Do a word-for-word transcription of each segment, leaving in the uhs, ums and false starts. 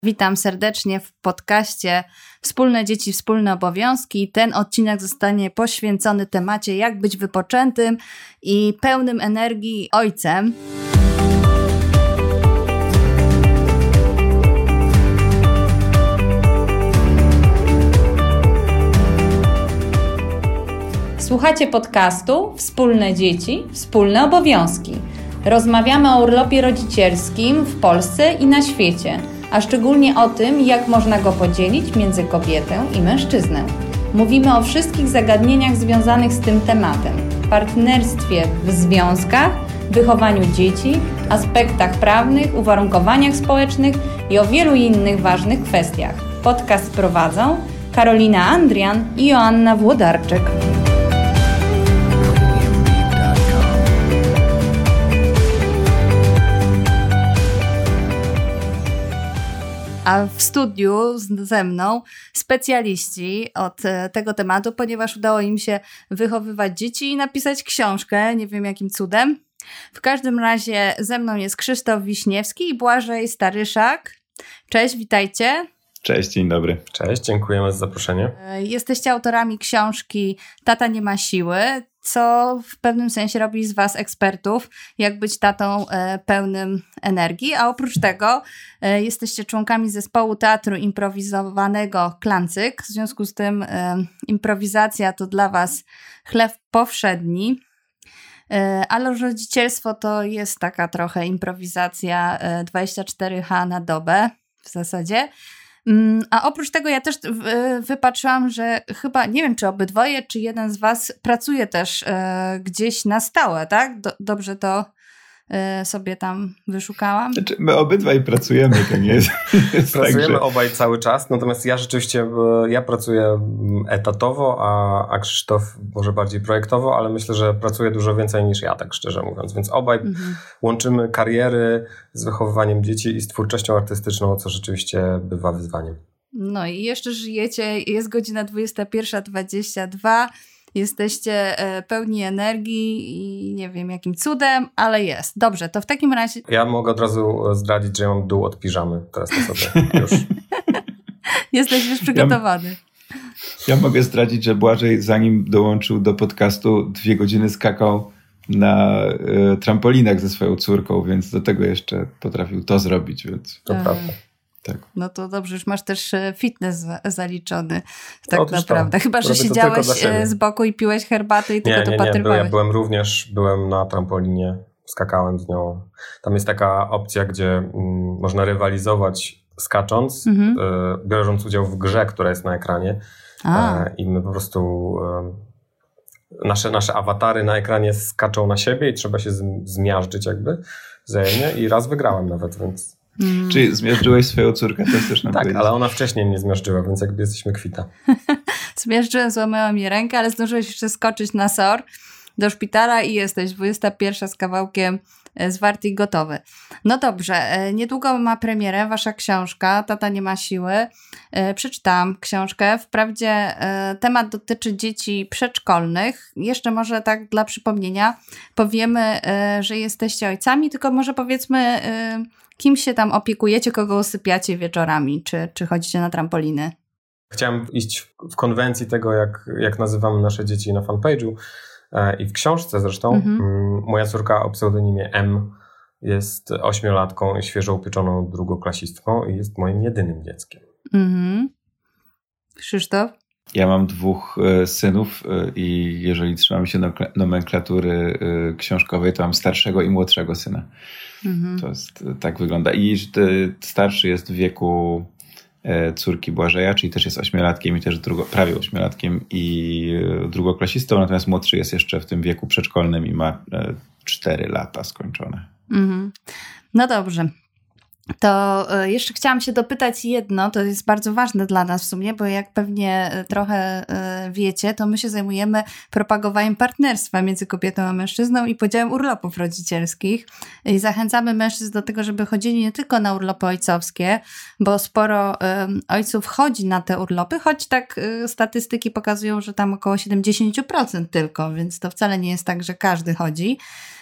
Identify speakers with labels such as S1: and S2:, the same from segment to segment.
S1: Witam serdecznie w podcaście Wspólne Dzieci, Wspólne Obowiązki. Ten odcinek zostanie poświęcony temacie jak być wypoczętym i pełnym energii ojcem. Słuchacie podcastu Wspólne Dzieci, Wspólne Obowiązki. Rozmawiamy o urlopie rodzicielskim w Polsce i na świecie, a szczególnie o tym, jak można go podzielić między kobietę i mężczyznę. Mówimy o wszystkich zagadnieniach związanych z tym tematem, partnerstwie w związkach, wychowaniu dzieci, aspektach prawnych, uwarunkowaniach społecznych i o wielu innych ważnych kwestiach. Podcast prowadzą Karolina Andrian i Joanna Włodarczyk. A w studiu ze mną specjaliści od tego tematu, ponieważ udało im się wychowywać dzieci i napisać książkę, nie wiem jakim cudem. W każdym razie ze mną jest Krzysztof Wiśniewski i Błażej Staryszak. Cześć, witajcie.
S2: Cześć, dzień dobry.
S3: Cześć, dziękujemy za zaproszenie.
S1: Jesteście autorami książki Tata nie ma siły, co w pewnym sensie robi z was ekspertów, jak być tatą e, pełnym energii, a oprócz tego e, jesteście członkami zespołu teatru improwizowanego Klancyk, w związku z tym e, improwizacja to dla was chleb powszedni, e, ale rodzicielstwo to jest taka trochę improwizacja e, dwadzieścia cztery H na dobę w zasadzie. A oprócz tego ja też wypatrzyłam, że chyba, nie wiem czy obydwoje, czy jeden z was pracuje też e, gdzieś na stałe, tak? Do, dobrze to e, sobie tam wyszukałam?
S2: Znaczy, my obydwaj pracujemy, to nie jest, jest
S3: Pracujemy
S2: tak, że...
S3: obaj cały czas, natomiast ja rzeczywiście, ja pracuję etatowo, a, a Krzysztof może bardziej projektowo, ale myślę, że pracuje dużo więcej niż ja, tak szczerze mówiąc, więc obaj mhm. łączymy kariery z wychowywaniem dzieci i z twórczością artystyczną, co rzeczywiście bywa wyzwaniem.
S1: No i jeszcze żyjecie, jest godzina dwudziesta pierwsza dwadzieścia dwa, jesteście pełni energii i nie wiem jakim cudem, ale jest. Dobrze, to w takim razie...
S3: Ja mogę od razu zdradzić, że ja mam dół od piżamy. Teraz to sobie już...
S1: Jesteś już przygotowany.
S2: Ja, ja mogę zdradzić, że Błażej zanim dołączył do podcastu dwie godziny skakał na y, trampolinach ze swoją córką, więc do tego jeszcze potrafił to zrobić, więc
S3: to prawda.
S2: Tak.
S1: No to dobrze, już masz też fitness zaliczony tak Otóż naprawdę.
S3: To.
S1: Chyba, że
S3: Robię
S1: siedziałeś z boku i piłeś herbatę i
S3: nie,
S1: tylko
S3: nie,
S1: to
S3: nie,
S1: patrywałeś.
S3: Nie, byłem również, byłem na trampolinie, skakałem z nią. Tam jest taka opcja, gdzie mm, można rywalizować skacząc, mhm. y, biorąc udział w grze, która jest na ekranie. Y, I my po prostu... Y, nasze, nasze awatary na ekranie skaczą na siebie i trzeba się zmiażdżyć jakby wzajemnie i raz wygrałem nawet, więc...
S2: Hmm. Czy zmiażdżyłeś swoją córkę? To jest też nam
S3: Tak,
S2: powiedzieć.
S3: ale ona wcześniej mnie zmiażdżyła, więc jakby jesteśmy kwita.
S1: Zmiażdżyłem, złamałam jej rękę, ale zdążyłeś jeszcze skoczyć na S O R do szpitala i jesteś dwudziesta pierwsza z kawałkiem zwarty i gotowy. No dobrze, niedługo ma premierę wasza książka Tata nie ma siły. Przeczytałam książkę. Wprawdzie temat dotyczy dzieci przedszkolnych. Jeszcze może tak dla przypomnienia powiemy, że jesteście ojcami, tylko może powiedzmy, kim się tam opiekujecie, kogo usypiacie wieczorami, czy, czy chodzicie na trampoliny?
S3: Chciałem iść w konwencji tego, jak, jak nazywamy nasze dzieci na fanpage'u e, i w książce zresztą. Mhm. Moja córka o pseudonimie M jest ośmiolatką i świeżo upieczoną drugoklasistką i jest moim jedynym dzieckiem.
S1: Mhm. Krzysztof?
S2: Ja mam dwóch y, synów y, i jeżeli trzymamy się nomenklatury y, książkowej, to mam starszego i młodszego syna. Mhm. To jest, tak wygląda. I y, starszy jest w wieku y, córki Błażeja, czyli też jest ośmiolatkiem i też drugo, prawie ośmiolatkiem i y, drugoklasistą, natomiast młodszy jest jeszcze w tym wieku przedszkolnym i ma y, cztery lata skończone.
S1: Mhm. No dobrze. To jeszcze chciałam się dopytać jedno, to jest bardzo ważne dla nas w sumie, bo jak pewnie trochę wiecie, to my się zajmujemy propagowaniem partnerstwa między kobietą a mężczyzną i podziałem urlopów rodzicielskich. I zachęcamy mężczyzn do tego, żeby chodzili nie tylko na urlopy ojcowskie, bo sporo ojców chodzi na te urlopy, choć tak statystyki pokazują, że tam około siedemdziesiąt procent tylko, więc to wcale nie jest tak, że każdy chodzi.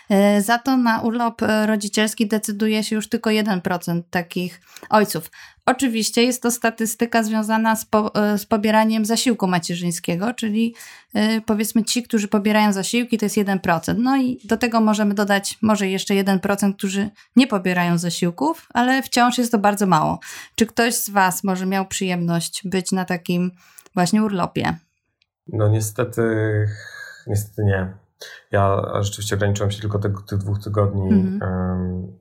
S1: Za to na urlop rodzicielski decyduje się już tylko jeden procent takich ojców. Oczywiście jest to statystyka związana z, po, z pobieraniem zasiłku macierzyńskiego, czyli yy, powiedzmy ci, którzy pobierają zasiłki, to jest jeden procent. No i do tego możemy dodać może jeszcze jeden procent, którzy nie pobierają zasiłków, ale wciąż jest to bardzo mało. Czy ktoś z was może miał przyjemność być na takim właśnie urlopie?
S3: No niestety, niestety nie. Ja rzeczywiście ograniczyłem się tylko tych, tych dwóch tygodni, mm-hmm. um,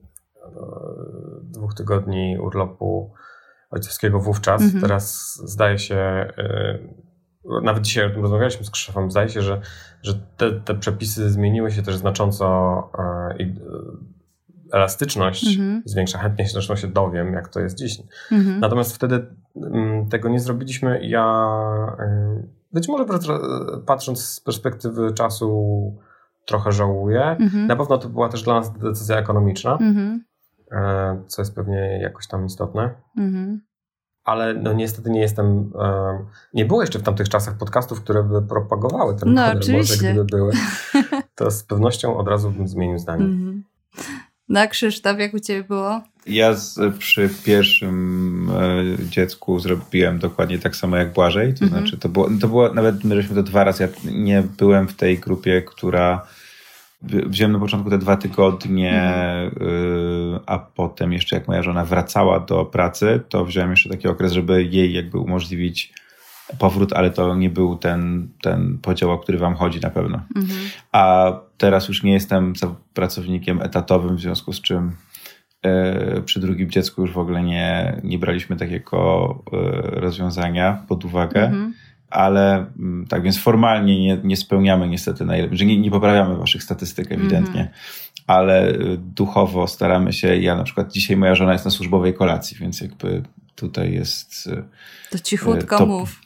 S3: dwóch tygodni urlopu ojcowskiego wówczas. Mm-hmm. Teraz zdaje się, y, nawet dzisiaj o tym rozmawialiśmy z Krzysztofem, zdaje się, że, że te, te przepisy zmieniły się też znacząco i y, y, elastyczność mm-hmm. zwiększa. Chętnie się zresztą się dowiem, jak to jest dziś. Mm-hmm. Natomiast wtedy y, tego nie zrobiliśmy i ja y, być może patrząc z perspektywy czasu trochę żałuję. Mm-hmm. Na pewno to była też dla nas decyzja ekonomiczna. Mm-hmm. Co jest pewnie jakoś tam istotne. Mm-hmm. Ale no niestety nie jestem... Nie było jeszcze w tamtych czasach podcastów, które by propagowały ten
S1: no,
S3: model.
S1: oczywiście.
S3: Może gdyby były, to z pewnością od razu bym zmienił zdanie. Mm-hmm.
S1: No Krzysztof, jak u ciebie było?
S2: Ja z, przy pierwszym e, dziecku zrobiłem dokładnie tak samo jak Błażej. To mm-hmm. znaczy to było, to było, nawet my żeśmy to dwa razy, ja nie byłem w tej grupie, która wziąłem na początku te dwa tygodnie, mm. y, a potem jeszcze jak moja żona wracała do pracy, to wziąłem jeszcze taki okres, żeby jej jakby umożliwić powrót, ale to nie był ten, ten podział, o który wam chodzi na pewno. Mm-hmm. A teraz już nie jestem pracownikiem etatowym, w związku z czym y, przy drugim dziecku już w ogóle nie, nie braliśmy takiego y, rozwiązania pod uwagę. Mm-hmm. Ale tak więc formalnie nie, nie spełniamy niestety najlepiej, że nie, nie poprawiamy waszych statystyk ewidentnie, mm-hmm. ale duchowo staramy się. Ja na przykład dzisiaj moja żona jest na służbowej kolacji, więc jakby tutaj jest...
S1: To cichutko to... mów.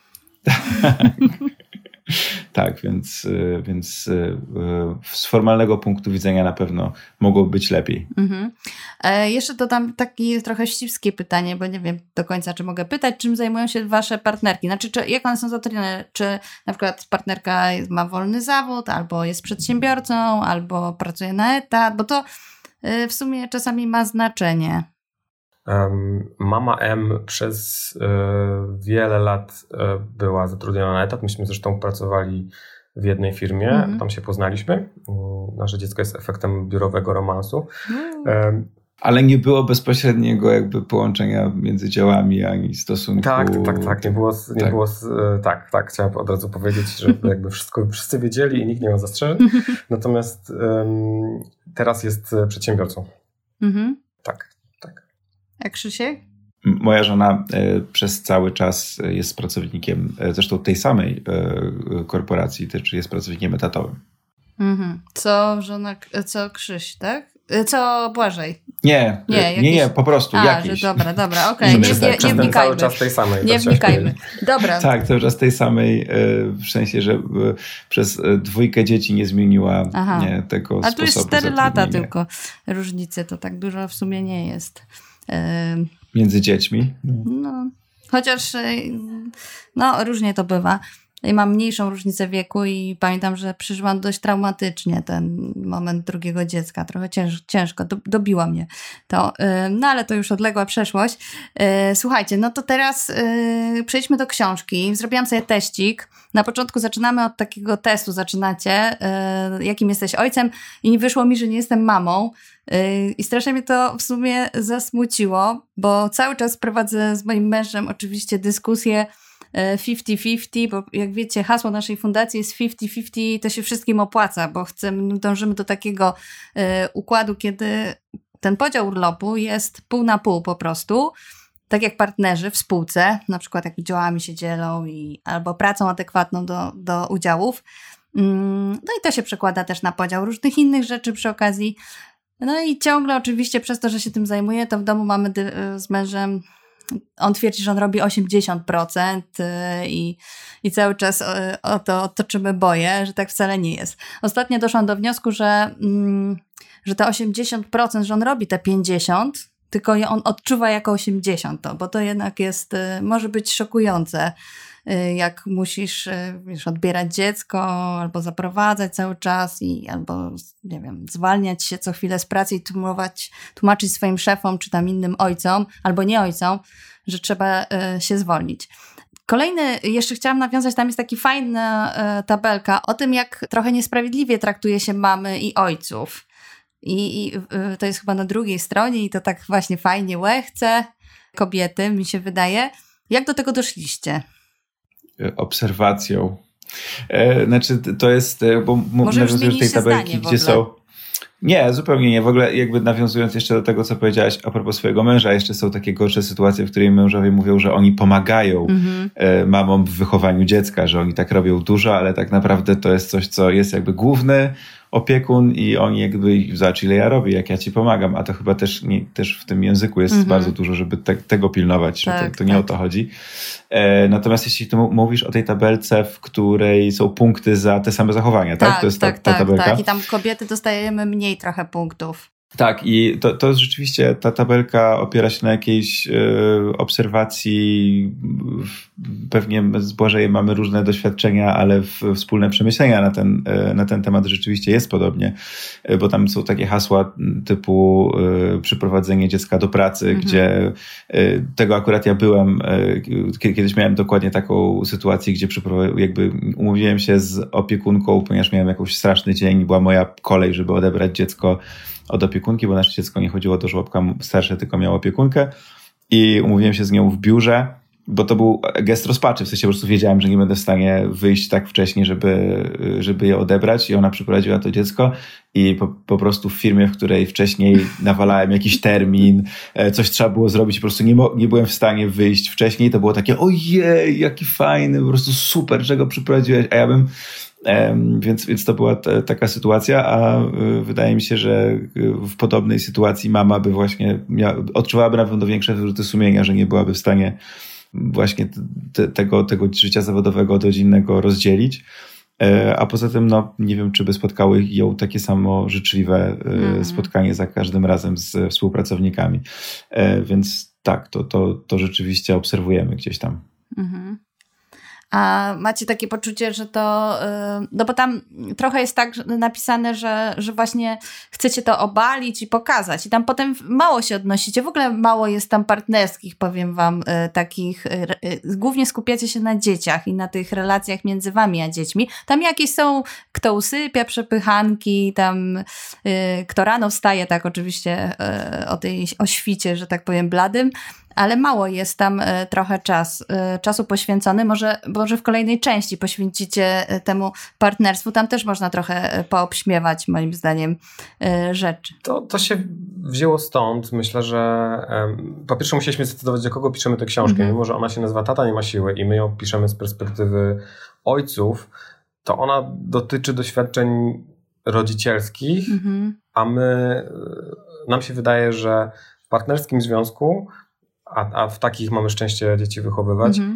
S2: Tak, więc, więc z formalnego punktu widzenia na pewno mogło być lepiej.
S1: Mhm. E, jeszcze dodam takie trochę ściwskie pytanie, bo nie wiem do końca, czy mogę pytać, czym zajmują się wasze partnerki? Znaczy, czy, jak one są zatrudnione? Czy na przykład partnerka ma wolny zawód, albo jest przedsiębiorcą, albo pracuje na etat, bo to y, w sumie czasami ma znaczenie.
S3: Um, mama M przez y, wiele lat y, była zatrudniona na etat. Myśmy zresztą pracowali w jednej firmie, mm-hmm. tam się poznaliśmy. Y, nasze dziecko jest efektem biurowego romansu. Mm. Y,
S2: Ale nie było bezpośredniego jakby połączenia między działami ani stosunku.
S3: Tak, tak, tak. Nie było, nie tak. było tak, tak. Chciałem od razu powiedzieć, że jakby wszystko wszyscy wiedzieli i nikt nie miał zastrzeżeń. Natomiast um, teraz jest przedsiębiorcą. Mm-hmm. Tak.
S1: A Krzysiek?
S2: Moja żona y, przez cały czas jest pracownikiem, y, zresztą tej samej y, korporacji, czyli jest pracownikiem etatowym.
S1: Mm-hmm. Co żona, co Krzyś, tak? Co Błażej?
S2: Nie, nie, jakieś... nie, nie, po prostu
S1: A,
S2: jakiś.
S1: Że dobra, dobra, okej, okay. nie, nie, nie, nie wnikajmy.
S3: Cały czas tej samej.
S1: Nie wnikajmy. Dobra.
S2: Tak, cały czas tej samej, w sensie, że przez dwójkę dzieci nie zmieniła nie, tego
S1: A
S2: sposobu.
S1: A tu jest cztery lata tylko różnicy, to tak dużo w sumie nie jest.
S2: Między dziećmi?
S1: No, chociaż no, różnie to bywa. I mam mniejszą różnicę wieku i pamiętam, że przeżyłam dość traumatycznie ten moment drugiego dziecka. Trochę cięż, ciężko, do, dobiła mnie to. No ale to już odległa przeszłość. Słuchajcie, no to teraz przejdźmy do książki. Zrobiłam sobie teścik. Na początku zaczynamy od takiego testu. Zaczynacie, jakim jesteś ojcem i wyszło mi, że nie jestem mamą. I strasznie mnie to w sumie zasmuciło, bo cały czas prowadzę z moim mężem oczywiście dyskusję fifty fifty, bo jak wiecie, hasło naszej fundacji jest fifty fifty, to się wszystkim opłaca, bo chcemy, dążymy do takiego y, układu, kiedy ten podział urlopu jest pół na pół po prostu, tak jak partnerzy w spółce, na przykład jak działami się dzielą i, albo pracą adekwatną do, do udziałów. Mm, no i to się przekłada też na podział różnych innych rzeczy przy okazji. No i ciągle oczywiście przez to, że się tym zajmuję, to w domu mamy dy, z mężem. On twierdzi, że on robi osiemdziesiąt procent i, i cały czas o to toczymy boje, że tak wcale nie jest. Ostatnio doszłam do wniosku, że, mm, że te osiemdziesiąt procent, że on robi te pięćdziesiąt procent, tylko on odczuwa jako osiemdziesiąt, bo to jednak jest, może być szokujące, jak musisz, wiesz, odbierać dziecko albo zaprowadzać cały czas i albo, nie wiem, zwalniać się co chwilę z pracy i tłumować, tłumaczyć swoim szefom czy tam innym ojcom albo nie ojcom, że trzeba się zwolnić. Kolejny, jeszcze chciałam nawiązać, tam jest taki fajna tabelka o tym, jak trochę niesprawiedliwie traktuje się mamy i ojców. I, I to jest chyba na drugiej stronie i to tak właśnie fajnie łechce kobiety, mi się wydaje. Jak do tego doszliście?
S2: Obserwacją. E, znaczy to jest, bo nawiązujesz tej tabelki, gdzie są... Nie, zupełnie nie. W ogóle jakby nawiązując jeszcze do tego, co powiedziałaś a propos swojego męża, jeszcze są takie gorsze sytuacje, w której mężowie mówią, że oni pomagają mm-hmm. mamom w wychowaniu dziecka, że oni tak robią dużo, ale tak naprawdę to jest coś, co jest jakby główny opiekun i oni jakby, zobacz ile ja robię, jak ja ci pomagam, a to chyba też, nie, też w tym języku jest mm-hmm. bardzo dużo, żeby te, tego pilnować, tak, że to, to nie tak. o to chodzi. E, natomiast jeśli ty mówisz o tej tabelce, w której są punkty za te same zachowania, tak?
S1: Tak,
S2: to jest
S1: tak,
S2: ta, ta
S1: tak,
S2: tabelka.
S1: tak. I tam kobiety dostajemy mniej trochę punktów.
S2: Tak, i to, to rzeczywiście ta tabelka opiera się na jakiejś y, obserwacji, pewnie z Błażejem mamy różne doświadczenia, ale w, wspólne przemyślenia na ten, y, na ten temat rzeczywiście jest podobnie, y, bo tam są takie hasła typu y, przyprowadzenie dziecka do pracy, mhm. gdzie y, tego akurat ja byłem, y, kiedyś miałem dokładnie taką sytuację, gdzie jakby umówiłem się z opiekunką, ponieważ miałem jakiś straszny dzień i była moja kolej, żeby odebrać dziecko od opiekunki, bo nasze dziecko nie chodziło do żłobka starsze, tylko miało opiekunkę i umówiłem się z nią w biurze, bo to był gest rozpaczy, w sensie po prostu wiedziałem, że nie będę w stanie wyjść tak wcześnie, żeby, żeby je odebrać i ona przyprowadziła to dziecko i po, po prostu w firmie, w której wcześniej nawalałem jakiś termin, coś trzeba było zrobić, po prostu nie, mo- nie byłem w stanie wyjść wcześniej, to było takie ojej, jaki fajny, po prostu super, że go przyprowadziłeś, a ja bym Um, więc, więc to była t- taka sytuacja, a y, wydaje mi się, że w podobnej sytuacji mama by właśnie mia- odczuwałaby na pewno większe wyrzuty sumienia, że nie byłaby w stanie właśnie te, tego, tego życia zawodowego od rodzinnego rozdzielić. E, a poza tym, no nie wiem, czy by spotkały ją takie samo życzliwe e, mm. spotkanie za każdym razem z współpracownikami. E, więc tak, to, to, to rzeczywiście obserwujemy gdzieś tam.
S1: Mhm. A macie takie poczucie, że to, no bo tam trochę jest tak napisane, że, że właśnie chcecie to obalić i pokazać i tam potem mało się odnosicie, w ogóle mało jest tam partnerskich, powiem wam, takich, głównie skupiacie się na dzieciach i na tych relacjach między wami a dziećmi. Tam jakieś są, kto usypia, przepychanki, tam kto rano wstaje, tak oczywiście o tej o świcie, że tak powiem, bladym, ale mało jest tam y, trochę czas, y, czasu poświęcony. Może, może w kolejnej części poświęcicie y, temu partnerstwu. Tam też można trochę y, poobśmiewać, moim zdaniem, y, rzeczy.
S3: To, to się wzięło stąd. Myślę, że um, po pierwsze musieliśmy zdecydować, do kogo piszemy tę książkę. Mm-hmm. Mimo że ona się nazywa Tata nie ma siły i my ją piszemy z perspektywy ojców, to ona dotyczy doświadczeń rodzicielskich, mm-hmm. a my, nam się wydaje, że w partnerskim związku A, a w takich mamy szczęście dzieci wychowywać, mm-hmm.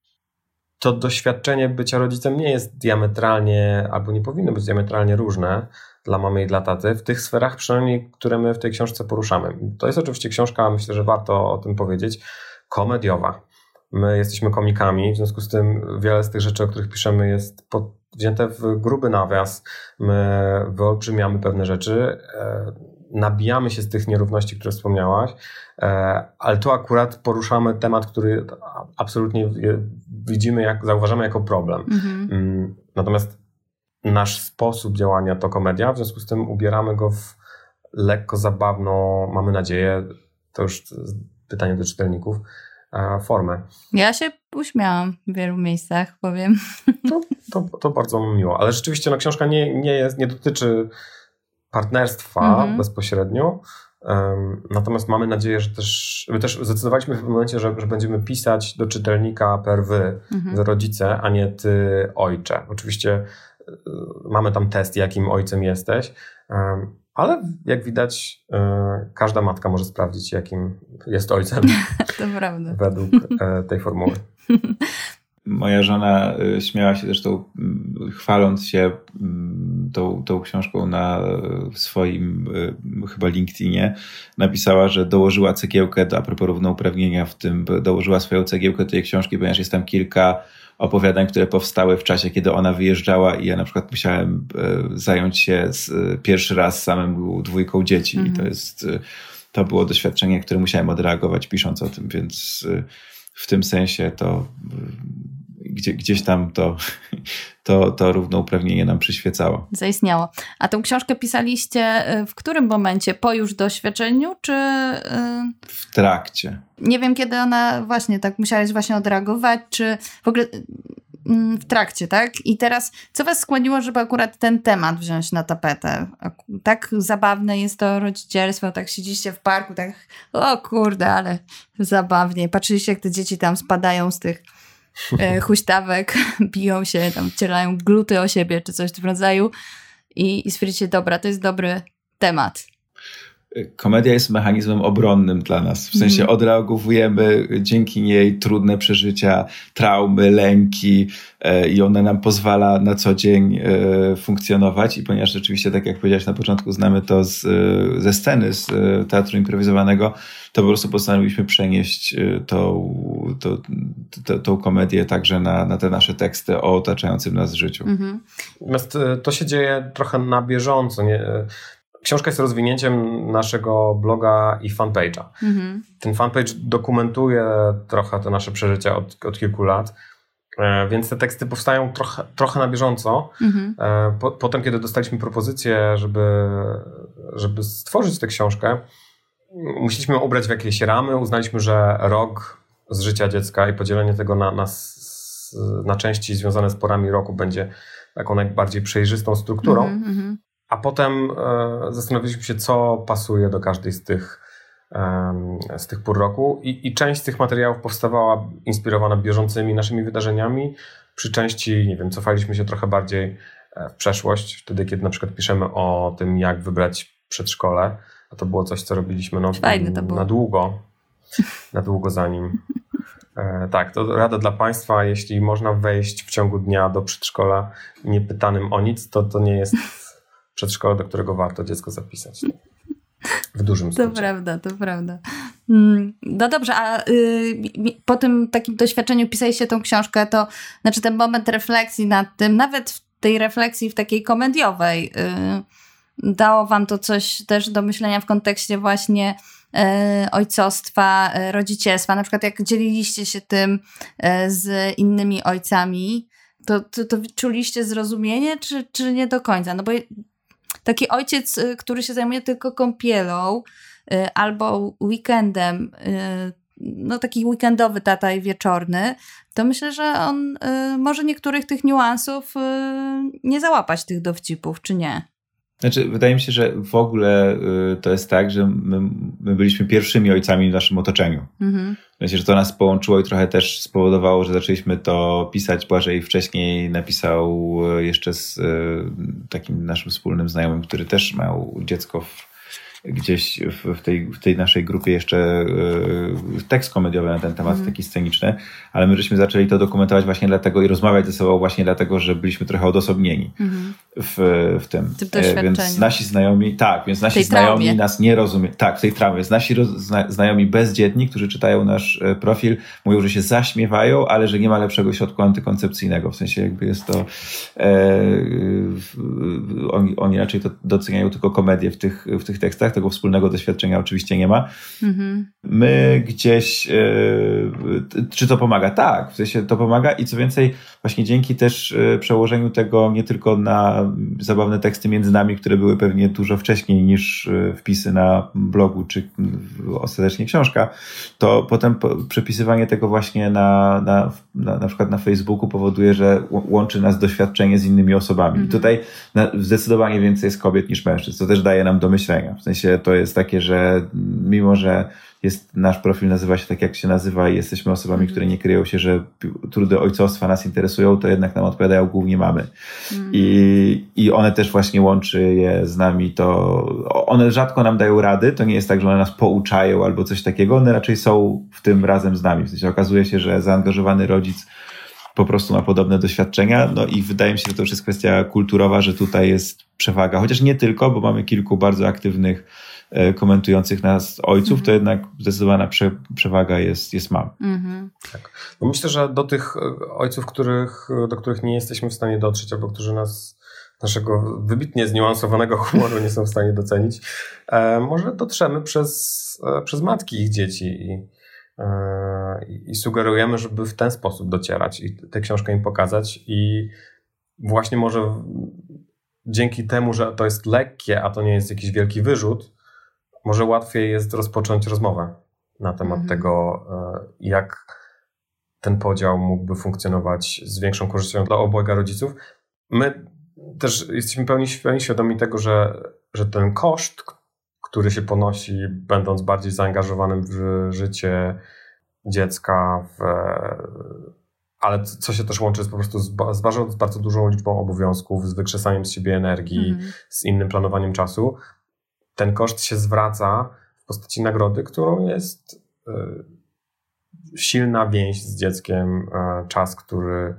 S3: to doświadczenie bycia rodzicem nie jest diametralnie, albo nie powinno być diametralnie różne dla mamy i dla taty, w tych sferach przynajmniej, które my w tej książce poruszamy. To jest oczywiście książka, myślę, że warto o tym powiedzieć, komediowa. My jesteśmy komikami, w związku z tym wiele z tych rzeczy, o których piszemy, jest pod, wzięte w gruby nawias. My wyolbrzymiamy pewne rzeczy, e, nabijamy się z tych nierówności, które wspomniałaś, ale tu akurat poruszamy temat, który absolutnie widzimy, jak, zauważamy jako problem. Mm-hmm. Natomiast nasz sposób działania to komedia, w związku z tym ubieramy go w lekko zabawną, mamy nadzieję, to już pytanie do czytelników, formę.
S1: Ja się uśmiałam w wielu miejscach, powiem.
S3: To, to, to bardzo miło, ale rzeczywiście no, książka nie, nie, jest, nie dotyczy partnerstwa mm-hmm. bezpośrednio. Um, natomiast mamy nadzieję, że też, my też zdecydowaliśmy w pewnym momencie, że, że będziemy pisać do czytelnika per wy, mm-hmm. wy rodzice, a nie ty ojcze. Oczywiście y, mamy tam test, jakim ojcem jesteś, um, ale jak widać y, każda matka może sprawdzić, jakim jest ojcem.
S1: To prawda.
S3: Według y, tej formuły.
S2: moja żona śmiała się zresztą, chwaląc się tą, tą książką na swoim chyba LinkedInie, napisała, że dołożyła cegiełkę, do, a propos równouprawnienia w tym, dołożyła swoją cegiełkę do tej książki, ponieważ jest tam kilka opowiadań, które powstały w czasie, kiedy ona wyjeżdżała i ja na przykład musiałem zająć się z, pierwszy raz samym dwójką dzieci. Mm. I to jest, to było doświadczenie, które musiałem odreagować pisząc o tym, więc w tym sensie to gdzie, gdzieś tam to, to, to równouprawnienie nam przyświecało.
S1: Zaistniało. A tę książkę pisaliście w którym momencie? Po już doświadczeniu, czy...
S2: W trakcie.
S1: Nie wiem, kiedy ona właśnie tak musiałeś właśnie odreagować, czy w ogóle w trakcie, tak? I teraz, co was skłoniło, żeby akurat ten temat wziąć na tapetę? Tak zabawne jest to rodzicielstwo, tak siedzicie w parku, tak o kurde, ale zabawnie. Patrzyliście, jak te dzieci tam spadają z tych e, huśtawek, biją się, tam cielają gluty o siebie, czy coś w tym rodzaju i, i stwierdzicie, dobra, to jest dobry temat.
S2: Komedia jest mechanizmem obronnym dla nas. W sensie mm. odreagowujemy dzięki niej trudne przeżycia, traumy, lęki e, i ona nam pozwala na co dzień e, funkcjonować. I ponieważ rzeczywiście, tak jak powiedziałeś na początku, znamy to z, ze sceny, z e, teatru improwizowanego, to po prostu postanowiliśmy przenieść e, tą, to, to, tą komedię także na, na te nasze teksty o otaczającym nas życiu. Mm-hmm.
S3: Natomiast to się dzieje trochę na bieżąco, nie? Książka jest rozwinięciem naszego bloga i fanpage'a. Mhm. Ten fanpage dokumentuje trochę te nasze przeżycia od, od kilku lat, e, więc te teksty powstają trochę, trochę na bieżąco. Mhm. E, po, potem, kiedy dostaliśmy propozycję, żeby, żeby stworzyć tę książkę, musieliśmy ją ubrać w jakieś ramy. Uznaliśmy, że rok z życia dziecka i podzielenie tego na, na, na części związane z porami roku będzie taką najbardziej przejrzystą strukturą. Mhm, A potem e, zastanowiliśmy się, co pasuje do każdej z tych, e, z tych pór roku i, i część z tych materiałów powstawała inspirowana bieżącymi naszymi wydarzeniami. Przy części, nie wiem, cofaliśmy się trochę bardziej w przeszłość, wtedy kiedy na przykład piszemy o tym, jak wybrać przedszkole, a to było coś, co robiliśmy no,
S1: Fajne to było.
S3: na długo, na długo za nim. E, tak, to rada dla Państwa, jeśli można wejść w ciągu dnia do przedszkola niepytanym o nic, to to nie jest przedszkole, do którego warto dziecko zapisać. W dużym skrócie.
S1: To prawda, to prawda. No dobrze, a y, po tym takim doświadczeniu pisaliście tą książkę, to znaczy ten moment refleksji nad tym, nawet w tej refleksji w takiej komediowej, y, dało wam to coś też do myślenia w kontekście właśnie y, ojcostwa, y, rodzicielstwa. Na przykład jak dzieliliście się tym y, z innymi ojcami, to, to, to czuliście zrozumienie, czy, czy nie do końca? No bo taki ojciec, który się zajmuje tylko kąpielą y, albo weekendem, y, no taki weekendowy tata i wieczorny, to myślę, że on y, może niektórych tych niuansów y, nie załapać, tych dowcipów, czy nie?
S2: Znaczy, wydaje mi się, że w ogóle y, to jest tak, że my, my byliśmy pierwszymi ojcami w naszym otoczeniu. Mhm. Myślę, że to nas połączyło i trochę też spowodowało, że zaczęliśmy to pisać. Błażej wcześniej napisał jeszcze z y, takim naszym wspólnym znajomym, który też miał dziecko w, gdzieś w, w, tej, w tej naszej grupie jeszcze y, tekst komediowy na ten temat, mm. taki sceniczny, ale my żeśmy zaczęli to dokumentować właśnie dlatego i rozmawiać ze sobą właśnie dlatego, że byliśmy trochę odosobnieni mm. w, w tym.
S1: W tym
S2: więc nasi znajomi, tak, więc nasi znajomi traumie. nas nie rozumieją. Tak, w tej traumie. Więc nasi roz, zna, znajomi bezdzietni, którzy czytają nasz profil, mówią, że się zaśmiewają, ale że nie ma lepszego środku antykoncepcyjnego. W sensie jakby jest to e, oni, oni raczej to doceniają tylko komedię w tych, w tych tekstach. Tego wspólnego doświadczenia oczywiście nie ma. Mm-hmm. My gdzieś, yy, czy to pomaga? Tak, w sensie to pomaga i co więcej, właśnie dzięki też yy, przełożeniu tego nie tylko na zabawne teksty między nami, które były pewnie dużo wcześniej niż yy, wpisy na blogu, czy yy, ostatecznie książka, to potem po, przepisywanie tego właśnie na, na, na, na przykład na Facebooku powoduje, że łączy nas doświadczenie z innymi osobami. Mm-hmm. I tutaj na, zdecydowanie więcej jest kobiet niż mężczyzn, co też daje nam do myślenia. W sensie to jest takie, że mimo, że jest, nasz profil nazywa się tak, jak się nazywa i jesteśmy osobami, które nie kryją się, że trudy ojcostwa nas interesują, to jednak nam odpowiadają głównie mamy. Mm. I, I one też właśnie łączy je z nami, to one rzadko nam dają rady, to nie jest tak, że one nas pouczają albo coś takiego, one raczej są w tym razem z nami. W sensie okazuje się, że zaangażowany rodzic po prostu ma podobne doświadczenia, no i wydaje mi się, że to już jest kwestia kulturowa, że tutaj jest przewaga, chociaż nie tylko, bo mamy kilku bardzo aktywnych, e, komentujących nas ojców, mm-hmm. to jednak zdecydowana prze, przewaga jest, jest mam.
S3: Mm-hmm. Tak. No myślę, że do tych ojców, których, do których nie jesteśmy w stanie dotrzeć, albo którzy nas naszego wybitnie zniuansowanego humoru nie są w stanie docenić, e, może dotrzemy przez, e, przez matki ich dzieci i, e, i sugerujemy, żeby w ten sposób docierać i tę książkę im pokazać i właśnie może dzięki temu, że to jest lekkie, a to nie jest jakiś wielki wyrzut, może łatwiej jest rozpocząć rozmowę na temat mhm. tego, e, jak ten podział mógłby funkcjonować z większą korzyścią dla obojga rodziców. My też jesteśmy pełni, pełni świadomi tego, że, że ten koszt, który się ponosi, będąc bardziej zaangażowanym w życie dziecka, w, ale co się też łączy z po prostu z, z, bardzo, z bardzo dużą liczbą obowiązków, z wykrzesaniem z siebie energii, mm. z innym planowaniem czasu, ten koszt się zwraca w postaci nagrody, którą jest y, silna więź z dzieckiem, y, czas, który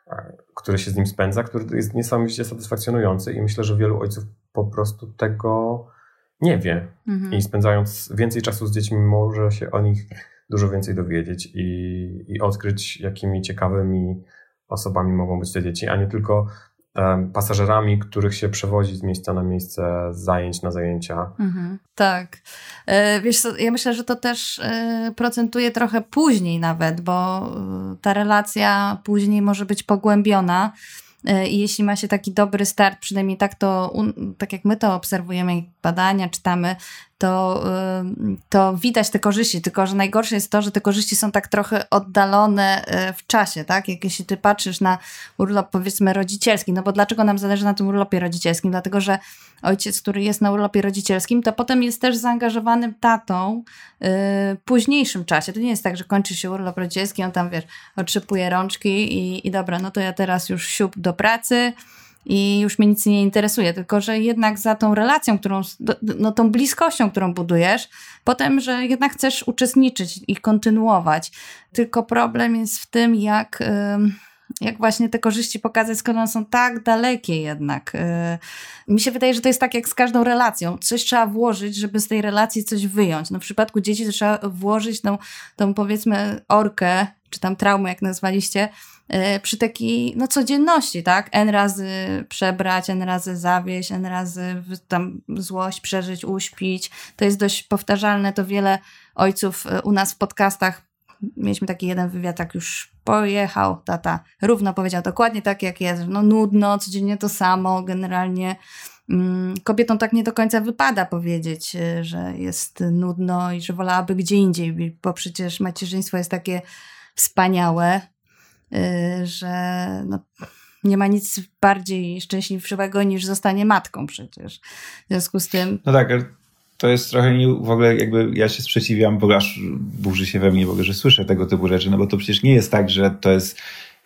S3: który się z nim spędza, który jest niesamowicie satysfakcjonujący i myślę, że wielu ojców po prostu tego nie wie. Mhm. I spędzając więcej czasu z dziećmi może się o nich dużo więcej dowiedzieć i, i odkryć, jakimi ciekawymi osobami mogą być te dzieci, a nie tylko um, pasażerami, których się przewozi z miejsca na miejsce, z zajęć na zajęcia.
S1: Mhm. Tak. E, wiesz co, ja myślę, że to też e, procentuje trochę później nawet, bo e, ta relacja później może być pogłębiona e, i jeśli ma się taki dobry start, przynajmniej tak to, un, tak jak my to obserwujemy, jak badania czytamy, to, to widać te korzyści, tylko że najgorsze jest to, że te korzyści są tak trochę oddalone w czasie, tak? Jak jeśli ty patrzysz na urlop, powiedzmy, rodzicielski, no bo dlaczego nam zależy na tym urlopie rodzicielskim? Dlatego, że ojciec, który jest na urlopie rodzicielskim, to potem jest też zaangażowanym tatą w yy, późniejszym czasie. To nie jest tak, że kończy się urlop rodzicielski, on tam, wiesz, otrzypuje rączki i, i dobra, no to ja teraz już siup do pracy, i już mnie nic nie interesuje, tylko że jednak za tą relacją, którą, no tą bliskością, którą budujesz, potem, że jednak chcesz uczestniczyć i kontynuować. Tylko problem jest w tym, jak, jak właśnie te korzyści pokazać, skoro one są tak dalekie jednak. Mi się wydaje, że to jest tak jak z każdą relacją. Coś trzeba włożyć, żeby z tej relacji coś wyjąć. No w przypadku dzieci to trzeba włożyć tą, tą powiedzmy orkę, czy tam traumę, jak nazwaliście, przy takiej no, codzienności, tak? N razy przebrać, N razy zawieść, N razy tam złość przeżyć, uśpić. To jest dość powtarzalne, to wiele ojców u nas w podcastach, mieliśmy taki jeden wywiad, tak już pojechał tata, równo powiedział dokładnie tak jak jest, no nudno, codziennie to samo, generalnie mm, kobietom tak nie do końca wypada powiedzieć, że jest nudno i że wolałaby gdzie indziej, bo przecież macierzyństwo jest takie wspaniałe, że no, nie ma nic bardziej szczęśliwszego niż zostanie matką przecież. W związku z tym...
S2: No tak, to jest trochę nie, w ogóle jakby ja się sprzeciwiam, w ogóle aż burzy się we mnie w ogóle, że słyszę tego typu rzeczy, no bo to przecież nie jest tak, że to jest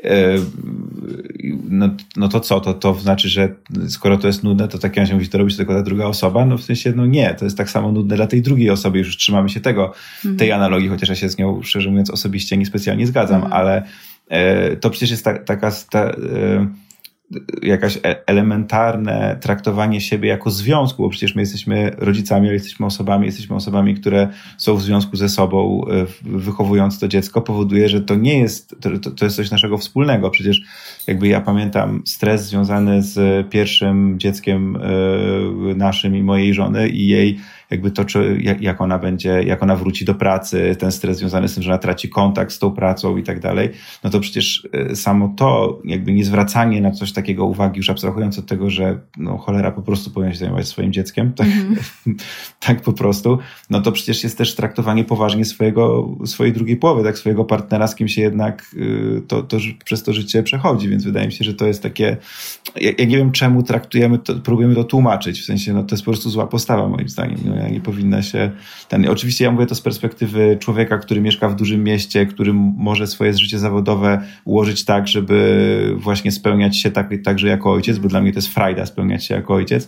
S2: no, no to co, to, to znaczy, że skoro to jest nudne, to tak ja się musi to robić tylko ta druga osoba, no w sensie, no nie, to jest tak samo nudne dla tej drugiej osoby, już trzymamy się tego, mhm. tej analogii, chociaż ja się z nią, szczerze mówiąc, osobiście niespecjalnie zgadzam, mhm. ale e, to przecież jest ta, taka ta, e, jakaś elementarne traktowanie siebie jako związku, bo przecież my jesteśmy rodzicami, ale jesteśmy osobami, jesteśmy osobami, które są w związku ze sobą, wychowując to dziecko, powoduje, że to nie jest, to, to jest coś naszego wspólnego. Przecież jakby ja pamiętam stres związany z pierwszym dzieckiem naszym i mojej żony i jej jakby to, czy, jak ona będzie, jak ona wróci do pracy, ten stres związany z tym, że ona traci kontakt z tą pracą i tak dalej, no to przecież samo to, jakby nie zwracanie na coś takiego uwagi, już abstrahując od tego, że no cholera po prostu powinien się zajmować swoim dzieckiem, tak, mm-hmm. tak po prostu, no to przecież jest też traktowanie poważnie swojego, swojej drugiej połowy, tak, swojego partnera, z kim się jednak to, to przez to życie przechodzi, więc wydaje mi się, że to jest takie, ja, ja nie wiem czemu traktujemy to, próbujemy to tłumaczyć, w sensie, no to jest po prostu zła postawa moim zdaniem, no, nie powinna się... Ten, oczywiście ja mówię to z perspektywy człowieka, który mieszka w dużym mieście, który może swoje życie zawodowe ułożyć tak, żeby właśnie spełniać się tak, także jako ojciec, bo dla mnie to jest frajda spełniać się jako ojciec.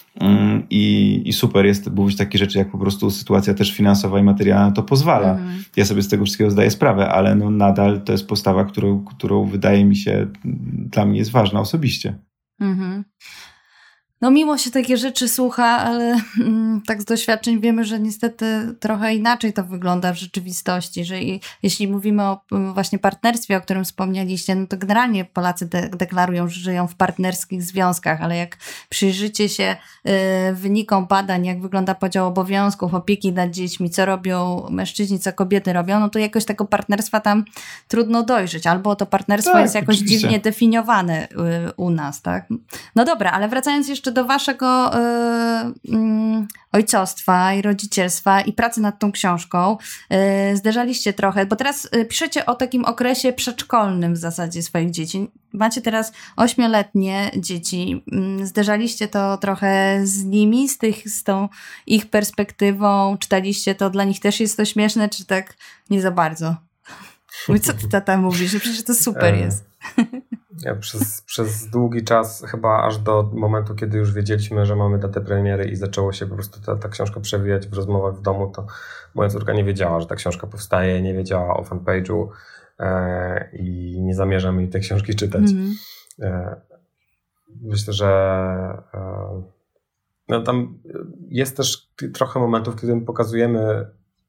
S2: I, i super jest mówić takie rzeczy, jak po prostu sytuacja też finansowa i materialna to pozwala. Mhm. Ja sobie z tego wszystkiego zdaję sprawę, ale no nadal to jest postawa, którą, którą wydaje mi się, dla mnie jest ważna osobiście. Mhm.
S1: No miło się takie rzeczy słucha, ale mm, tak z doświadczeń wiemy, że niestety trochę inaczej to wygląda w rzeczywistości, że i, jeśli mówimy o właśnie partnerstwie, o którym wspomnieliście, no to generalnie Polacy de- deklarują, że żyją w partnerskich związkach, ale jak przyjrzycie się y, wynikom badań, jak wygląda podział obowiązków, opieki nad dziećmi, co robią mężczyźni, co kobiety robią, no to jakoś tego partnerstwa tam trudno dojrzeć, albo to partnerstwo tak, jest jakoś oczywiście dziwnie definiowane y, u nas, tak? No dobra, ale wracając jeszcze do waszego y, y, ojcostwa i rodzicielstwa i pracy nad tą książką, y, zderzaliście trochę, bo teraz y, piszecie o takim okresie przedszkolnym w zasadzie swoich dzieci. Macie teraz ośmioletnie dzieci. Y, zderzaliście to trochę z nimi, z, tych, z tą ich perspektywą? Czytaliście to? Dla nich też jest to śmieszne, czy tak nie za bardzo? Mój, co ty tata mówisz? Że przecież to super jest.
S3: Ja przez, przez długi czas, chyba aż do momentu, kiedy już wiedzieliśmy, że mamy datę premiery i zaczęło się po prostu ta, ta książka przewijać w rozmowach w domu, to moja córka nie wiedziała, że ta książka powstaje, nie wiedziała o fanpage'u e, i nie zamierzam jej tej książki czytać. Mm-hmm. E, myślę, że e, no tam jest też trochę momentów, kiedy my pokazujemy,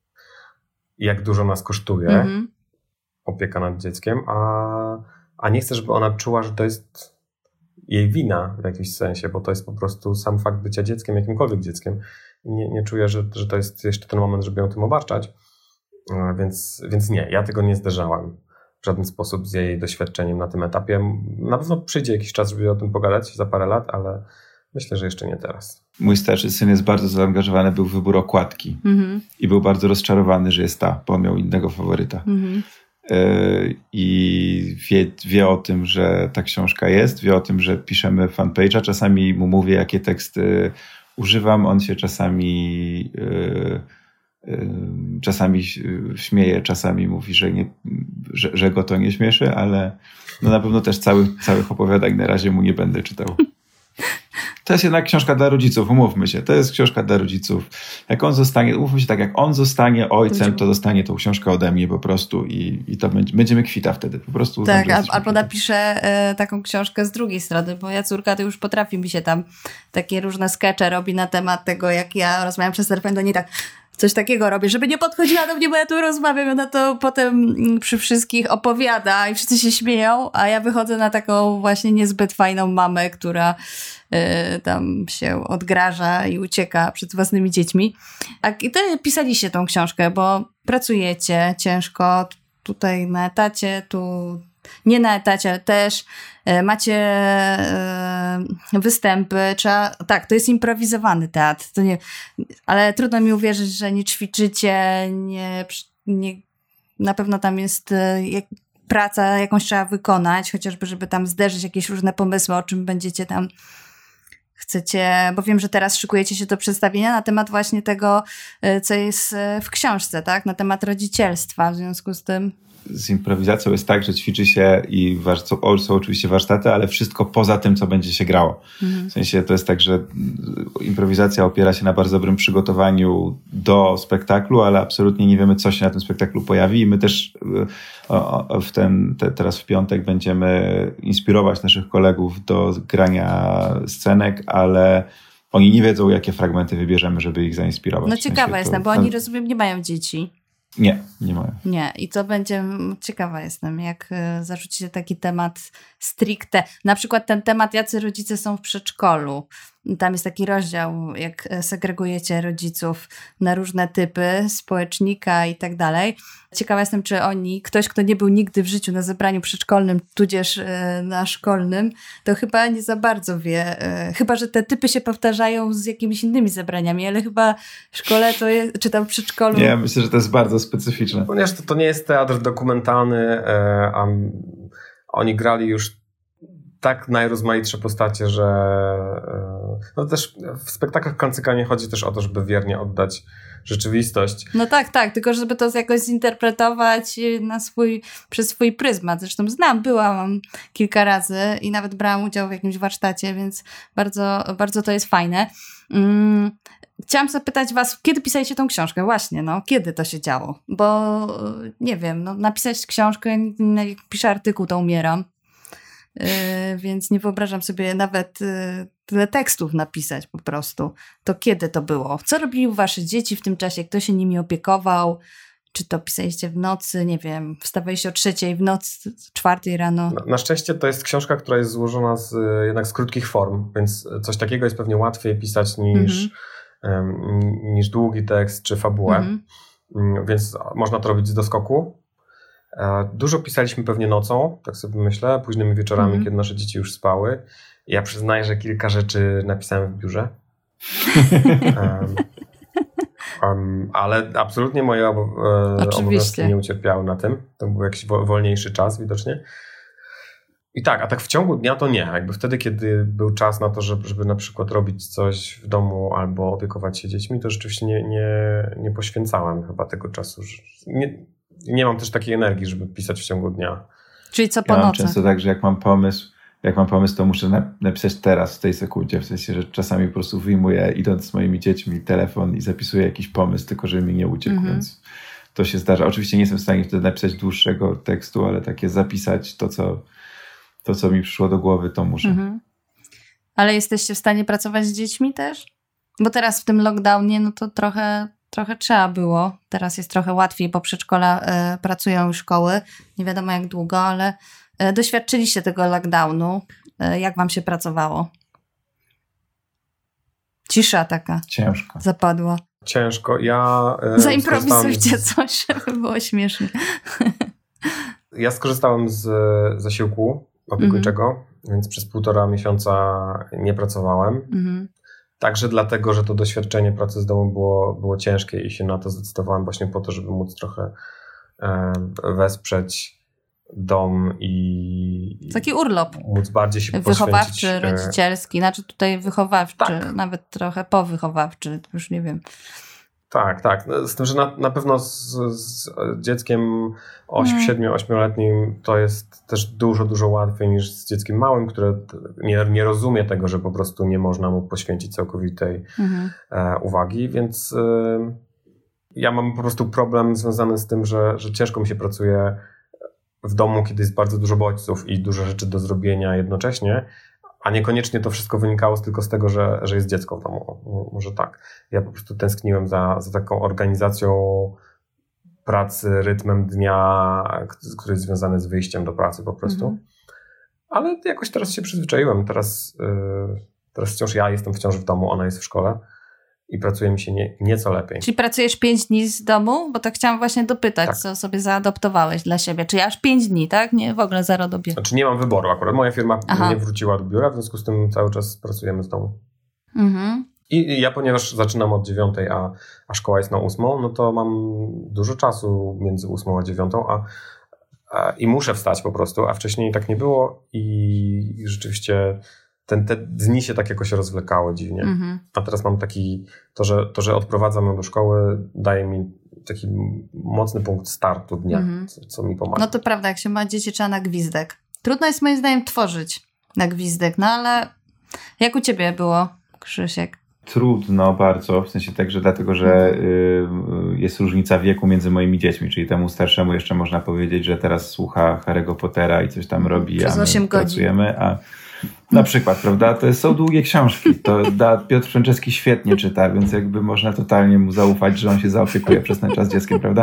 S3: jak dużo nas kosztuje mm-hmm. opieka nad dzieckiem, a A nie chcę, żeby ona czuła, że to jest jej wina w jakimś sensie, bo to jest po prostu sam fakt bycia dzieckiem, jakimkolwiek dzieckiem. Nie, nie czuję, że, że to jest jeszcze ten moment, żeby ją tym obarczać. Więc, więc nie, ja tego nie zderzałem w żaden sposób z jej doświadczeniem na tym etapie. Na pewno przyjdzie jakiś czas, żeby o tym pogadać za parę lat, ale myślę, że jeszcze nie teraz.
S2: Mój starszy syn jest bardzo zaangażowany, był w wybór okładki mm-hmm. i był bardzo rozczarowany, że jest ta, bo on miał innego faworyta. Mm-hmm. I wie, wie o tym, że ta książka jest, wie o tym, że piszemy fanpage'a. Czasami mu mówię, jakie teksty używam. On się czasami yy, yy, czasami śmieje, czasami mówi, że, nie, że, że go to nie śmieszy, ale no na pewno też całych, całych opowiadań na razie mu nie będę czytał. To jest jednak książka dla rodziców, umówmy się. To jest książka dla rodziców. Jak on zostanie, umówmy się tak, jak on zostanie ojcem, to dostanie tą książkę ode mnie po prostu i, i to będzie, będziemy kwita wtedy. Po prostu.
S1: Tak, uznam, albo napiszę e, taką książkę z drugiej strony, bo ja córka to już potrafi mi się tam takie różne skecze robi na temat tego, jak ja rozmawiam przez telefon do niej tak. Coś takiego robię, żeby nie podchodziła do mnie, bo ja tu rozmawiam, ona to potem przy wszystkich opowiada i wszyscy się śmieją, a ja wychodzę na taką właśnie niezbyt fajną mamę, która y, tam się odgraża i ucieka przed własnymi dziećmi. A to pisaliście tą książkę, bo pracujecie ciężko tutaj na etacie, tu nie na etacie, ale też macie występy, trzeba, tak, to jest improwizowany teatr, to nie, ale trudno mi uwierzyć, że nie ćwiczycie, nie, nie, na pewno tam jest jak, praca, jakąś trzeba wykonać, chociażby, żeby tam zderzyć jakieś różne pomysły, o czym będziecie tam chcecie, bo wiem, że teraz szykujecie się do przedstawienia na temat właśnie tego, co jest w książce, tak, na temat rodzicielstwa, w związku z tym
S2: z improwizacją jest tak, że ćwiczy się i są, są oczywiście warsztaty, ale wszystko poza tym, co będzie się grało. Mhm. W sensie to jest tak, że improwizacja opiera się na bardzo dobrym przygotowaniu do spektaklu, ale absolutnie nie wiemy, co się na tym spektaklu pojawi i my też w ten, te, teraz w piątek będziemy inspirować naszych kolegów do grania scenek, ale oni nie wiedzą, jakie fragmenty wybierzemy, żeby ich zainspirować.
S1: No ciekawa jestem, bo oni, rozumiem, nie mają dzieci.
S2: Nie, nie mają.
S1: Nie, i to będzie, ciekawa jestem, jak zarzucicie taki temat stricte. Na przykład ten temat, jacy rodzice są w przedszkolu. Tam jest taki rozdział, jak segregujecie rodziców na różne typy, społecznika i tak dalej. Ciekawa jestem, czy oni, ktoś, kto nie był nigdy w życiu na zebraniu przedszkolnym, tudzież na szkolnym, to chyba nie za bardzo wie. Chyba, że te typy się powtarzają z jakimiś innymi zebraniami, ale chyba w szkole to jest, czy tam w przedszkolu...
S2: Nie, myślę, że to jest bardzo specyficzne.
S3: Ponieważ to, to nie jest teatr dokumentalny, a oni grali już tak najrozmaitsze postacie, że no też w spektaklach Klęcyka nie chodzi też o to, żeby wiernie oddać rzeczywistość.
S1: No tak, tak, tylko żeby to jakoś zinterpretować na swój, przez swój pryzmat. Zresztą znam, byłam kilka razy i nawet brałam udział w jakimś warsztacie, więc bardzo, bardzo to jest fajne. Mm, chciałam zapytać was, kiedy pisaliście tą książkę? Właśnie, no, kiedy to się działo? Bo nie wiem, no, napisać książkę, jak piszę artykuł, to umieram. Yy, więc nie wyobrażam sobie nawet yy, tyle tekstów napisać po prostu. To kiedy to było? Co robiły wasze dzieci w tym czasie? Kto się nimi opiekował? Czy to pisaliście w nocy? Nie wiem, wstawaliście o trzeciej w nocy, czwartej rano?
S3: Na, na szczęście to jest książka, która jest złożona z, jednak z krótkich form, więc coś takiego jest pewnie łatwiej pisać niż, mm-hmm. um, niż długi tekst czy fabułę. Mm-hmm. Więc można to robić z doskoku. Dużo pisaliśmy pewnie nocą, tak sobie myślę, późnymi wieczorami, mm. kiedy nasze dzieci już spały. Ja przyznaję, że kilka rzeczy napisałem w biurze. um, um, ale absolutnie moje e, obowiązki nie ucierpiały na tym. To był jakiś wolniejszy czas widocznie. I tak, a tak w ciągu dnia to nie. Jakby wtedy, kiedy był czas na to, żeby, żeby na przykład robić coś w domu albo opiekować się dziećmi, to rzeczywiście nie, nie, nie poświęcałem chyba tego czasu. Nie, Nie mam też takiej energii, żeby pisać w ciągu dnia.
S1: Czyli co po
S2: ja
S1: nocy?
S2: Mam często tak, że jak mam pomysł, jak mam pomysł, to muszę napisać teraz, w tej sekundzie. W sensie, że czasami po prostu wyjmuję, idąc z moimi dziećmi, telefon i zapisuję jakiś pomysł, tylko żeby mi nie uciekł, mm-hmm. więc to się zdarza. Oczywiście nie jestem w stanie wtedy napisać dłuższego tekstu, ale takie zapisać to, co, to, co mi przyszło do głowy, to muszę. Mm-hmm.
S1: Ale jesteście w stanie pracować z dziećmi też? Bo teraz w tym lockdownie, no to trochę... Trochę trzeba było. Teraz jest trochę łatwiej, bo przedszkola y, pracują już szkoły. Nie wiadomo jak długo, ale y, doświadczyliście tego lockdownu. Y, jak wam się pracowało? Cisza taka.
S2: Ciężko.
S1: Zapadła.
S3: Ciężko. Ja y,
S1: Zaimprowizujcie z... coś, żeby było śmiesznie.
S3: Ja skorzystałem z zasiłku opiekuńczego, mm-hmm. więc przez półtora miesiąca nie pracowałem. Mm-hmm. Także dlatego, że to doświadczenie pracy z domu było, było ciężkie i się na to zdecydowałem właśnie po to, żeby móc trochę e, wesprzeć dom i...
S1: Taki urlop.
S3: Móc bardziej się
S1: wychowawczy,
S3: poświęcić.
S1: rodzicielski, znaczy tutaj wychowawczy, tak. Nawet trochę powychowawczy, już nie wiem.
S3: Tak, tak. Z tym, że na, na pewno z, z dzieckiem siedmiu ośmioletnim to jest też dużo, dużo łatwiej niż z dzieckiem małym, które nie, nie rozumie tego, że po prostu nie można mu poświęcić całkowitej mhm. e, uwagi, więc e, ja mam po prostu problem związany z tym, że, że ciężko mi się pracuje w domu, kiedy jest bardzo dużo bodźców i dużo rzeczy do zrobienia jednocześnie, a niekoniecznie to wszystko wynikało tylko z tego, że, że jest dziecko w domu. Może tak. Ja po prostu tęskniłem za, za taką organizacją pracy, rytmem dnia, który jest związany z wyjściem do pracy po prostu. Mhm. Ale jakoś teraz się przyzwyczaiłem. Teraz, yy, teraz wciąż ja jestem wciąż w domu, ona jest w szkole i pracuje mi się nie, nieco lepiej.
S1: Czyli pracujesz pięć dni z domu? Bo tak chciałam właśnie dopytać, tak. Co sobie zaadoptowałeś dla siebie. Czyli aż pięć dni, tak? Nie, w ogóle zero do biura.
S3: Znaczy nie mam wyboru akurat. Moja firma Aha. nie wróciła do biura, w związku z tym cały czas pracujemy z domu. Mhm. I, I ja, ponieważ zaczynam od dziewiątej, a, a szkoła jest na ósmą, no to mam dużo czasu między ósmą a dziewiątą, a, a, i muszę wstać po prostu, a wcześniej tak nie było i, i rzeczywiście... Ten, te dni się tak jakoś rozwlekały dziwnie. Mm-hmm. A teraz mam taki, to że, to, że odprowadzam ją do szkoły, daje mi taki mocny punkt startu dnia, mm-hmm. co, co mi pomaga.
S1: No to prawda, jak się ma dzieci, trzeba na gwizdek. Trudno jest moim zdaniem tworzyć na gwizdek, no ale jak u ciebie było, Krzysiek?
S2: Trudno bardzo, w sensie także dlatego, że y, jest różnica wieku między moimi dziećmi, czyli temu starszemu jeszcze można powiedzieć, że teraz słucha Harry'ego Pottera i coś tam robi,
S1: Przez
S2: a my
S1: osiem godzin.
S2: pracujemy, a na przykład, prawda? To są długie książki. To da, Piotr Franceski świetnie czyta, więc jakby można totalnie mu zaufać, że on się zaopiekuje przez ten czas dzieckiem, prawda?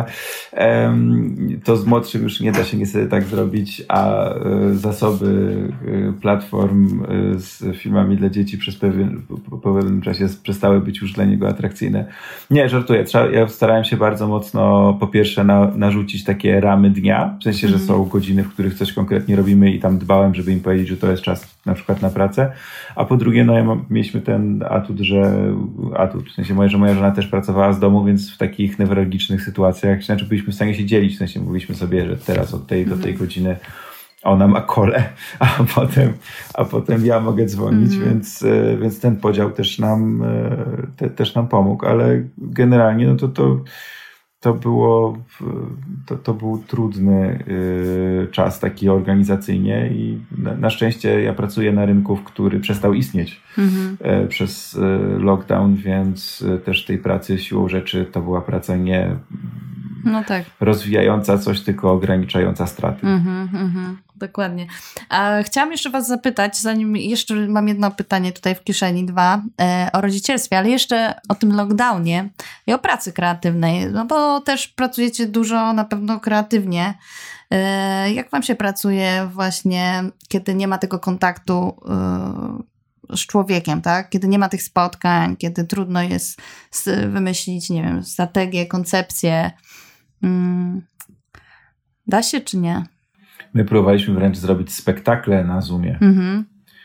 S2: Um, to z młodszym już nie da się niestety tak zrobić, a y, zasoby y, platform y, z filmami dla dzieci przez pewien, po, po pewnym czasie przestały być już dla niego atrakcyjne. Nie, żartuję. Trzeba, ja starałem się bardzo mocno po pierwsze na, narzucić takie ramy dnia, w sensie, że są godziny, w których coś konkretnie robimy i tam dbałem, żeby im powiedzieć, że to jest czas na przykład na pracę, a po drugie, no ja mam, mieliśmy ten atut, że atut, w sensie moja, że moja żona też pracowała z domu, więc w takich newralgicznych sytuacjach, znaczy byliśmy w stanie się dzielić, w sensie mówiliśmy sobie, że teraz od tej do tej godziny a ona ma kolę, a potem, a potem ja mogę dzwonić, mm-hmm. więc, więc ten podział też nam, te, też nam pomógł, ale generalnie no to, to, to, było, to, to był trudny czas taki organizacyjnie i na, na szczęście ja pracuję na rynku, który przestał istnieć mm-hmm. przez lockdown, więc też tej pracy siłą rzeczy to była praca nie
S1: no tak.
S2: rozwijająca coś, tylko ograniczająca straty.
S1: Mm-hmm, mm-hmm, dokładnie. A chciałam jeszcze was zapytać, zanim jeszcze mam jedno pytanie tutaj w kieszeni, dwa, e, o rodzicielstwie, ale jeszcze o tym lockdownie i o pracy kreatywnej, no bo też pracujecie dużo na pewno kreatywnie. E, jak wam się pracuje właśnie, kiedy nie ma tego kontaktu e, z człowiekiem, tak? Kiedy nie ma tych spotkań, kiedy trudno jest wymyślić, nie wiem, strategię, koncepcję. Hmm. Da się czy nie?
S2: My próbowaliśmy wręcz zrobić spektakle na Zoomie. Mm-hmm.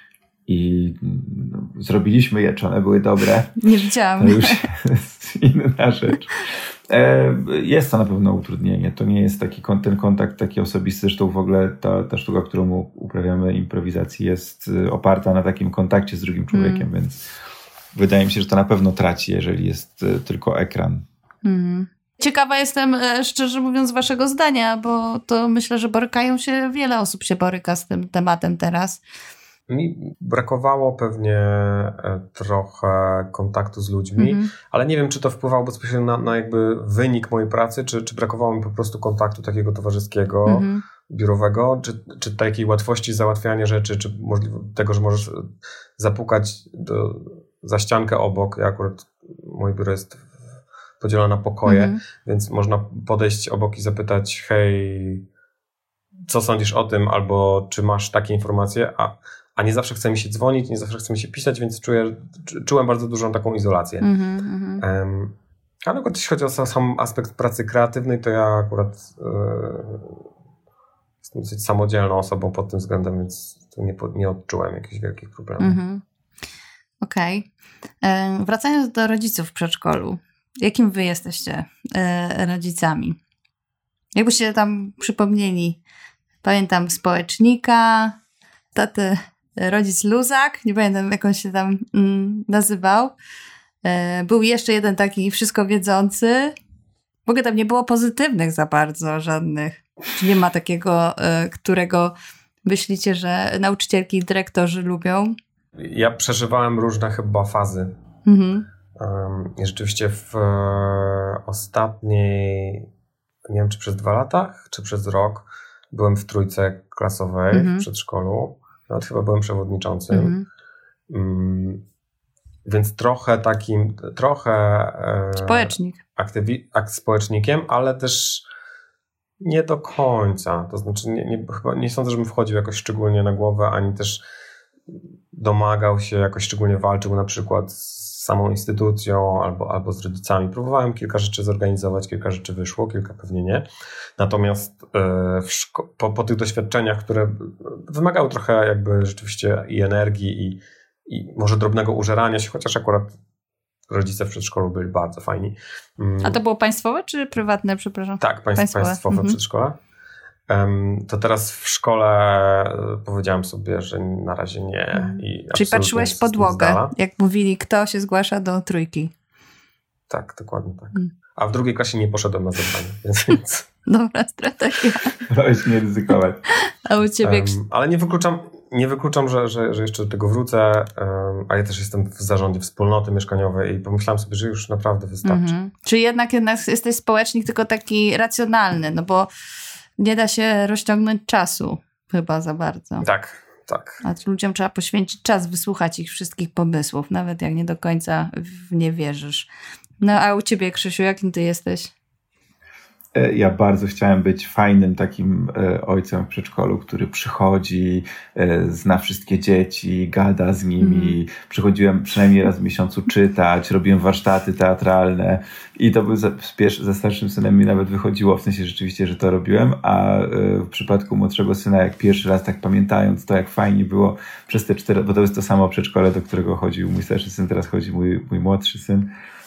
S2: I no, zrobiliśmy je, czy one były dobre.
S1: Nie widziałam.
S2: To już jest inna rzecz. E, jest to na pewno utrudnienie. To nie jest taki ten kontakt taki osobisty. Zresztą w ogóle ta, ta sztuka, którą uprawiamy, improwizacji, jest oparta na takim kontakcie z drugim człowiekiem, mm. więc wydaje mi się, że to na pewno traci, jeżeli jest tylko ekran.
S1: Mm. Ciekawa jestem, szczerze mówiąc, waszego zdania, bo to myślę, że borykają się, wiele osób się boryka z tym tematem teraz.
S3: Mi brakowało pewnie trochę kontaktu z ludźmi, mm-hmm. ale nie wiem, czy to wpływało bezpośrednio na, na jakby wynik mojej pracy, czy, czy brakowało mi po prostu kontaktu takiego towarzyskiego, mm-hmm. biurowego, czy, czy takiej łatwości załatwiania rzeczy, czy możliwe, tego, że możesz zapukać do, za ściankę obok. Ja akurat, moje biuro jest podzielona na pokoje, mm-hmm. więc można podejść obok i zapytać, hej, co sądzisz o tym, albo czy masz takie informacje, a, a nie zawsze chce mi się dzwonić, nie zawsze chce mi się pisać, więc czuję, czułem bardzo dużą taką izolację. Mm-hmm. Um, ale akurat jeśli chodzi o sam aspekt pracy kreatywnej, to ja akurat yy, jestem dosyć samodzielną osobą pod tym względem, więc nie, nie odczułem jakichś wielkich problemów.
S1: Mm-hmm. Okej. Okay. Wracając do rodziców w przedszkolu. Jakim wy jesteście e, rodzicami? Jakbyście tam przypomnieli, pamiętam społecznika, tatę, rodzic luzak, nie pamiętam jak on się tam mm, nazywał. E, był jeszcze jeden taki wszystko wiedzący. W ogóle tam nie było pozytywnych za bardzo żadnych. Czy nie ma takiego, e, którego myślicie, że nauczycielki i dyrektorzy lubią?
S3: Ja przeżywałem różne chyba fazy. Mhm. I rzeczywiście w ostatniej, nie wiem czy przez dwa lata, czy przez rok, byłem w trójce klasowej mm-hmm. w przedszkolu. Nawet chyba byłem przewodniczącym. Mm-hmm. Więc trochę takim, trochę
S1: społecznik.
S3: Aktywi- ak- społecznikiem, ale też nie do końca. To znaczy nie, nie, chyba nie sądzę, żebym wchodził jakoś szczególnie na głowę, ani też domagał się, jakoś szczególnie walczył na przykład z samą instytucją albo, albo z rodzicami. Próbowałem kilka rzeczy zorganizować, kilka rzeczy wyszło, kilka pewnie nie. Natomiast yy, w szko- po, po tych doświadczeniach, które wymagały trochę jakby rzeczywiście i energii i, i może drobnego użerania się, chociaż akurat rodzice w przedszkolu byli bardzo fajni.
S1: Yy. A to było państwowe czy prywatne, przepraszam?
S3: Tak, państw, państwowe, państwowe mhm. przedszkole. To teraz w szkole powiedziałam sobie, że na razie nie. I
S1: czyli patrzyłeś w podłogę, jak mówili, kto się zgłasza do trójki.
S3: Tak, dokładnie tak. Hmm. A w drugiej klasie nie poszedłem na zebranie. Więc, więc...
S1: Dobra strategia.
S2: Wolałeś nie ryzykować.
S1: A u ciebie...
S3: Um, ale nie wykluczam, nie wykluczam że, że, że jeszcze do tego wrócę, um, a ja też jestem w zarządzie wspólnoty mieszkaniowej i pomyślałam sobie, że już naprawdę wystarczy. Mm-hmm.
S1: Czyli jednak, jednak jesteś społecznik, tylko taki racjonalny, no bo nie da się rozciągnąć czasu chyba za bardzo.
S3: Tak, tak.
S1: A ludziom trzeba poświęcić czas, wysłuchać ich wszystkich pomysłów, nawet jak nie do końca w nie wierzysz. No a u ciebie, Krzysiu, jakim ty jesteś?
S2: Ja bardzo chciałem być fajnym takim ojcem w przedszkolu, który przychodzi, zna wszystkie dzieci, gada z nimi. Mm. Przychodziłem przynajmniej raz w miesiącu czytać, robiłem warsztaty teatralne i to był ze, ze starszym synem mi nawet wychodziło, w sensie rzeczywiście, że to robiłem, a w przypadku młodszego syna, jak pierwszy raz tak pamiętając to, jak fajnie było przez te cztery, bo to jest to samo przedszkole, do którego chodził mój starszy syn, teraz chodzi mój, mój młodszy syn.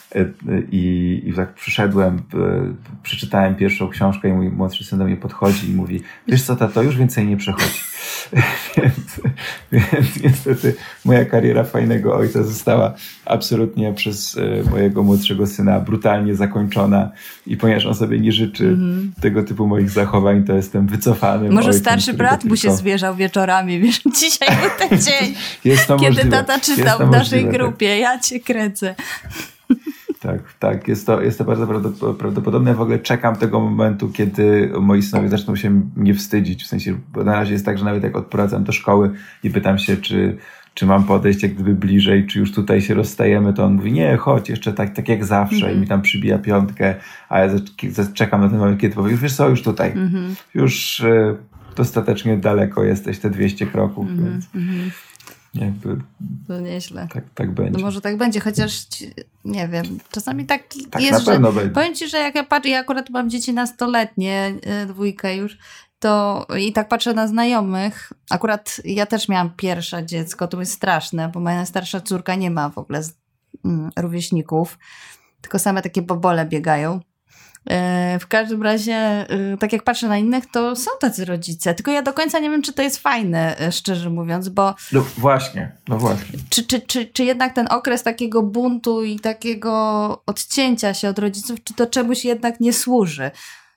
S2: I, i tak przyszedłem, przeczytałem pierwszą książkę i mój młodszy syn do mnie podchodzi i mówi, wiesz co, tato, już więcej nie przechodzi. więc, więc niestety moja kariera fajnego ojca została absolutnie przez mojego młodszego syna brutalnie zakończona i ponieważ on sobie nie życzy mm. tego typu moich zachowań, to jestem wycofany.
S1: Może ojcem, starszy brat mu się zwierzał wieczorami, wiesz, dzisiaj był ten dzień,
S2: jest to
S1: kiedy
S2: możliwe.
S1: Tata czytał w naszej możliwe, grupie, tak. Ja cię kręcę.
S2: Tak, tak, jest to, jest to bardzo prawdopodobne. W ogóle czekam tego momentu, kiedy moi synowie zaczną się mnie wstydzić. W sensie, bo na razie jest tak, że nawet jak odprowadzam do szkoły i pytam się, czy, czy mam podejść jak gdyby bliżej, czy już tutaj się rozstajemy, to on mówi, nie, chodź, jeszcze tak, tak jak zawsze mm-hmm. i mi tam przybija piątkę, a ja czekam na ten moment, kiedy powie, już wiesz co, już tutaj, mm-hmm. już y, dostatecznie daleko jesteś, te dwieście kroków, mm-hmm. więc... Jakby,
S1: to nieźle.
S2: Tak, tak będzie.
S1: No może tak będzie, chociaż nie wiem, czasami tak,
S2: tak
S1: jest,
S2: na pewno
S1: że
S2: będzie.
S1: Powiem ci, że jak ja patrzę, ja akurat mam dzieci nastoletnie, dwójkę już, to i tak patrzę na znajomych, akurat ja też miałam pierwsze dziecko, to jest straszne, bo moja najstarsza córka nie ma w ogóle mm, rówieśników, tylko same takie bobole biegają. W każdym razie, tak jak patrzę na innych, to są tacy rodzice. Tylko ja do końca nie wiem, czy to jest fajne, szczerze mówiąc, bo...
S2: No właśnie, no właśnie.
S1: Czy, czy, czy, czy jednak ten okres takiego buntu i takiego odcięcia się od rodziców, czy to czemuś jednak nie służy?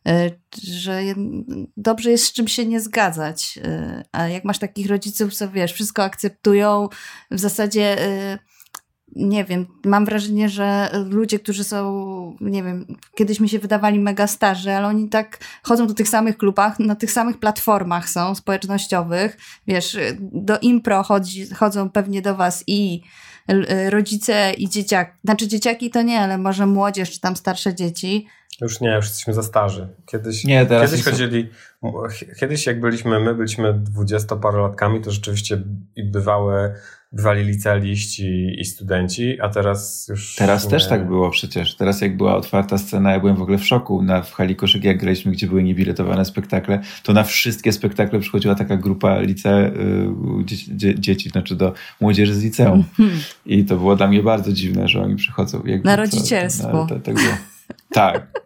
S1: Że dobrze jest z czym się nie zgadzać. A jak masz takich rodziców, co wiesz, wszystko akceptują, w zasadzie... Nie wiem, mam wrażenie, że ludzie, którzy są, nie wiem, kiedyś mi się wydawali mega starzy, ale oni tak chodzą do tych samych klubach, na tych samych platformach są społecznościowych. Wiesz, do impro chodzi, chodzą pewnie do was i rodzice i dzieciaki. Znaczy dzieciaki to nie, ale może młodzież czy tam starsze dzieci.
S3: Już nie, już jesteśmy za starzy. Kiedyś,
S2: nie, teraz
S3: kiedyś chodzili, kiedyś jak byliśmy, my byliśmy dwudziestoparolatkami, to rzeczywiście bywały bywali licealiści i studenci, a teraz już...
S2: Teraz
S3: nie...
S2: też tak było przecież. Teraz jak była otwarta scena, ja byłem w ogóle w szoku. Na, w hali koszyk, jak graliśmy, gdzie były niebiletowane spektakle, to na wszystkie spektakle przychodziła taka grupa lice, y, dzieci, dzie, dzieci, znaczy do młodzieży z liceum. Mm-hmm. I to było dla mnie bardzo dziwne, że oni przychodzą. Jakby
S1: na rodzicielstwo.
S2: To, na, to, tak było. Tak.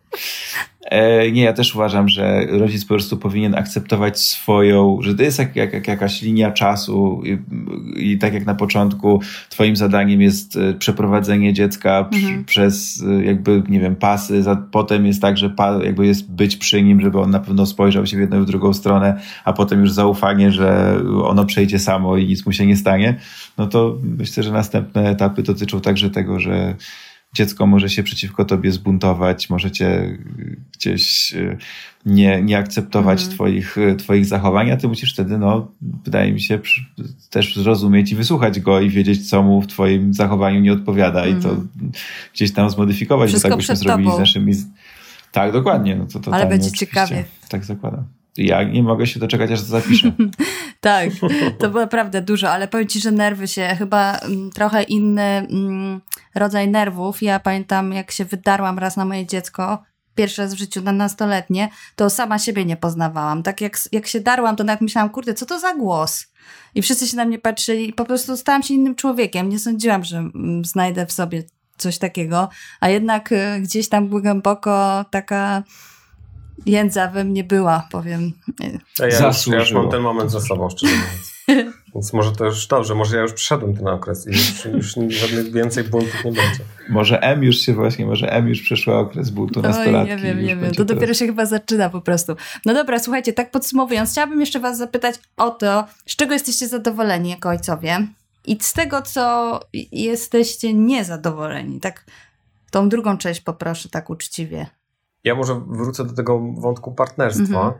S2: E, nie, ja też uważam, że rodzic po prostu powinien akceptować swoją, że to jest jak, jak, jakaś linia czasu i, i tak jak na początku twoim zadaniem jest przeprowadzenie dziecka mhm. pr- przez jakby, nie wiem, pasy, za, potem jest tak, że pa, jakby jest być przy nim, żeby on na pewno spojrzał się w jedną i w drugą stronę, a potem już zaufanie, że ono przejdzie samo i nic mu się nie stanie, no to myślę, że następne etapy dotyczą także tego, że dziecko może się przeciwko tobie zbuntować, może cię gdzieś nie, nie akceptować mm. twoich, twoich zachowań, a ty musisz wtedy, no, wydaje mi się, też zrozumieć i wysłuchać go i wiedzieć, co mu w twoim zachowaniu nie odpowiada mm. i to gdzieś tam zmodyfikować,
S1: wszystko
S2: bo tak byśmy zrobili z naszymi... Tak, dokładnie. No to, to
S1: ale będzie ciekawie.
S2: Tak zakładam. Ja nie mogę się doczekać, aż to zapiszę.
S1: Tak, to było naprawdę dużo, ale powiem ci, że nerwy się, chyba m, trochę inny m, rodzaj nerwów. Ja pamiętam, jak się wydarłam raz na moje dziecko, pierwszy raz w życiu, na nastoletnie, to sama siebie nie poznawałam. Tak jak, jak się darłam, to nawet myślałam, kurde, co to za głos? I wszyscy się na mnie patrzyli i po prostu stałam się innym człowiekiem. Nie sądziłam, że m, znajdę w sobie coś takiego, a jednak y, gdzieś tam głęboko taka... jędza we mnie była, powiem.
S3: Ja, ja, już, ja już mam ten moment za sobą, szczerze mówiąc. Więc może to już dobrze, może ja już przeszedłem ten okres i już, już żadnych więcej buntów nie będzie.
S2: Może M już się właśnie, może M już przeszła okres buntu nastolatki.
S1: Oj, nie wiem, nie wiem. To dopiero teraz... się chyba zaczyna po prostu. No dobra, słuchajcie, tak podsumowując, chciałabym jeszcze was zapytać o to, z czego jesteście zadowoleni jako ojcowie i z tego, co jesteście niezadowoleni. Tak, tą drugą część poproszę tak uczciwie.
S3: Ja może wrócę do tego wątku partnerstwa. Mhm.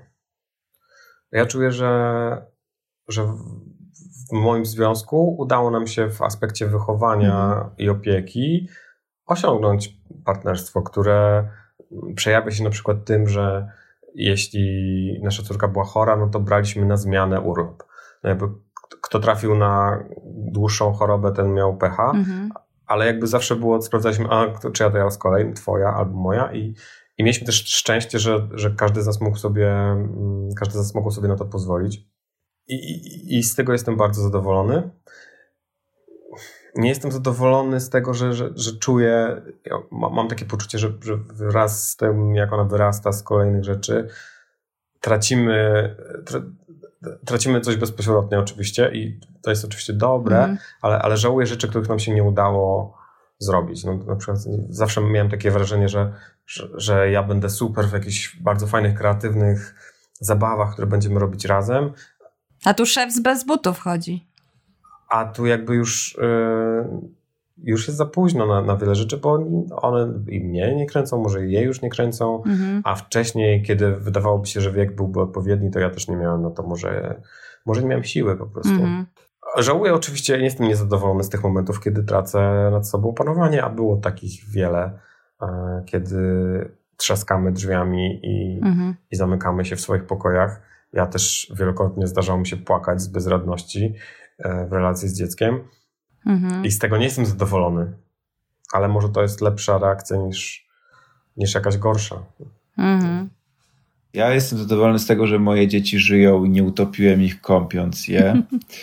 S3: Ja czuję, że, że w, w moim związku udało nam się w aspekcie wychowania mhm. i opieki osiągnąć partnerstwo, które przejawia się na przykład tym, że jeśli nasza córka była chora, no to braliśmy na zmianę urlop. No jakby kto trafił na dłuższą chorobę, ten miał pecha, mhm. ale jakby zawsze było, sprawdzaliśmy, a czy ja to ja z kolei, twoja albo moja i I mieliśmy też szczęście, że, że każdy z nas mógł sobie, każdy z nas mógł sobie na to pozwolić. I, i, I z tego jestem bardzo zadowolony. nie jestem zadowolony z tego, że, że, że czuję, ja mam takie poczucie, że, że wraz z tym, jak ona wyrasta z kolejnych rzeczy, tracimy, tra, tracimy coś bezpośrednio oczywiście i to jest oczywiście dobre, mm. ale, ale żałuję rzeczy, których nam się nie udało zrobić. No, na przykład zawsze miałem takie wrażenie, że, że, że ja będę super w jakichś bardzo fajnych, kreatywnych zabawach, które będziemy robić razem.
S1: A tu szef z bez butów chodzi.
S3: A tu jakby już, yy, już jest za późno na, na wiele rzeczy, bo one i mnie nie kręcą, może i jej już nie kręcą, mm-hmm. a wcześniej, kiedy wydawałoby się, że wiek byłby odpowiedni, to ja też nie miałem na to, może, może nie miałem siły po prostu. Mm-hmm. Żałuję oczywiście, nie jestem niezadowolony z tych momentów, kiedy tracę nad sobą panowanie, a było takich wiele, yy, kiedy trzaskamy drzwiami i, mm-hmm. i zamykamy się w swoich pokojach. Ja też wielokrotnie zdarzało mi się płakać z bezradności w relacji z dzieckiem mhm. i z tego nie jestem zadowolony, ale może to jest lepsza reakcja niż, niż jakaś gorsza. Mhm.
S2: Ja jestem zadowolony z tego, że moje dzieci żyją i nie utopiłem ich kąpiąc je.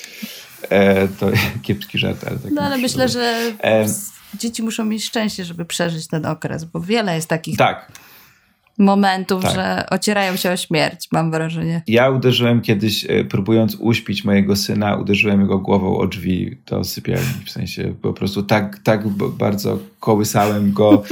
S2: e, to kiepski żart, ale tak.
S1: No ale myślę, że e, dzieci muszą mieć szczęście, żeby przeżyć ten okres, bo wiele jest takich
S2: tak.
S1: momentów,
S2: tak.
S1: że ocierają się o śmierć, mam wrażenie.
S2: Ja uderzyłem kiedyś, próbując uśpić mojego syna, uderzyłem jego głową o drzwi do sypialni. W sensie po prostu tak, tak bardzo kołysałem go,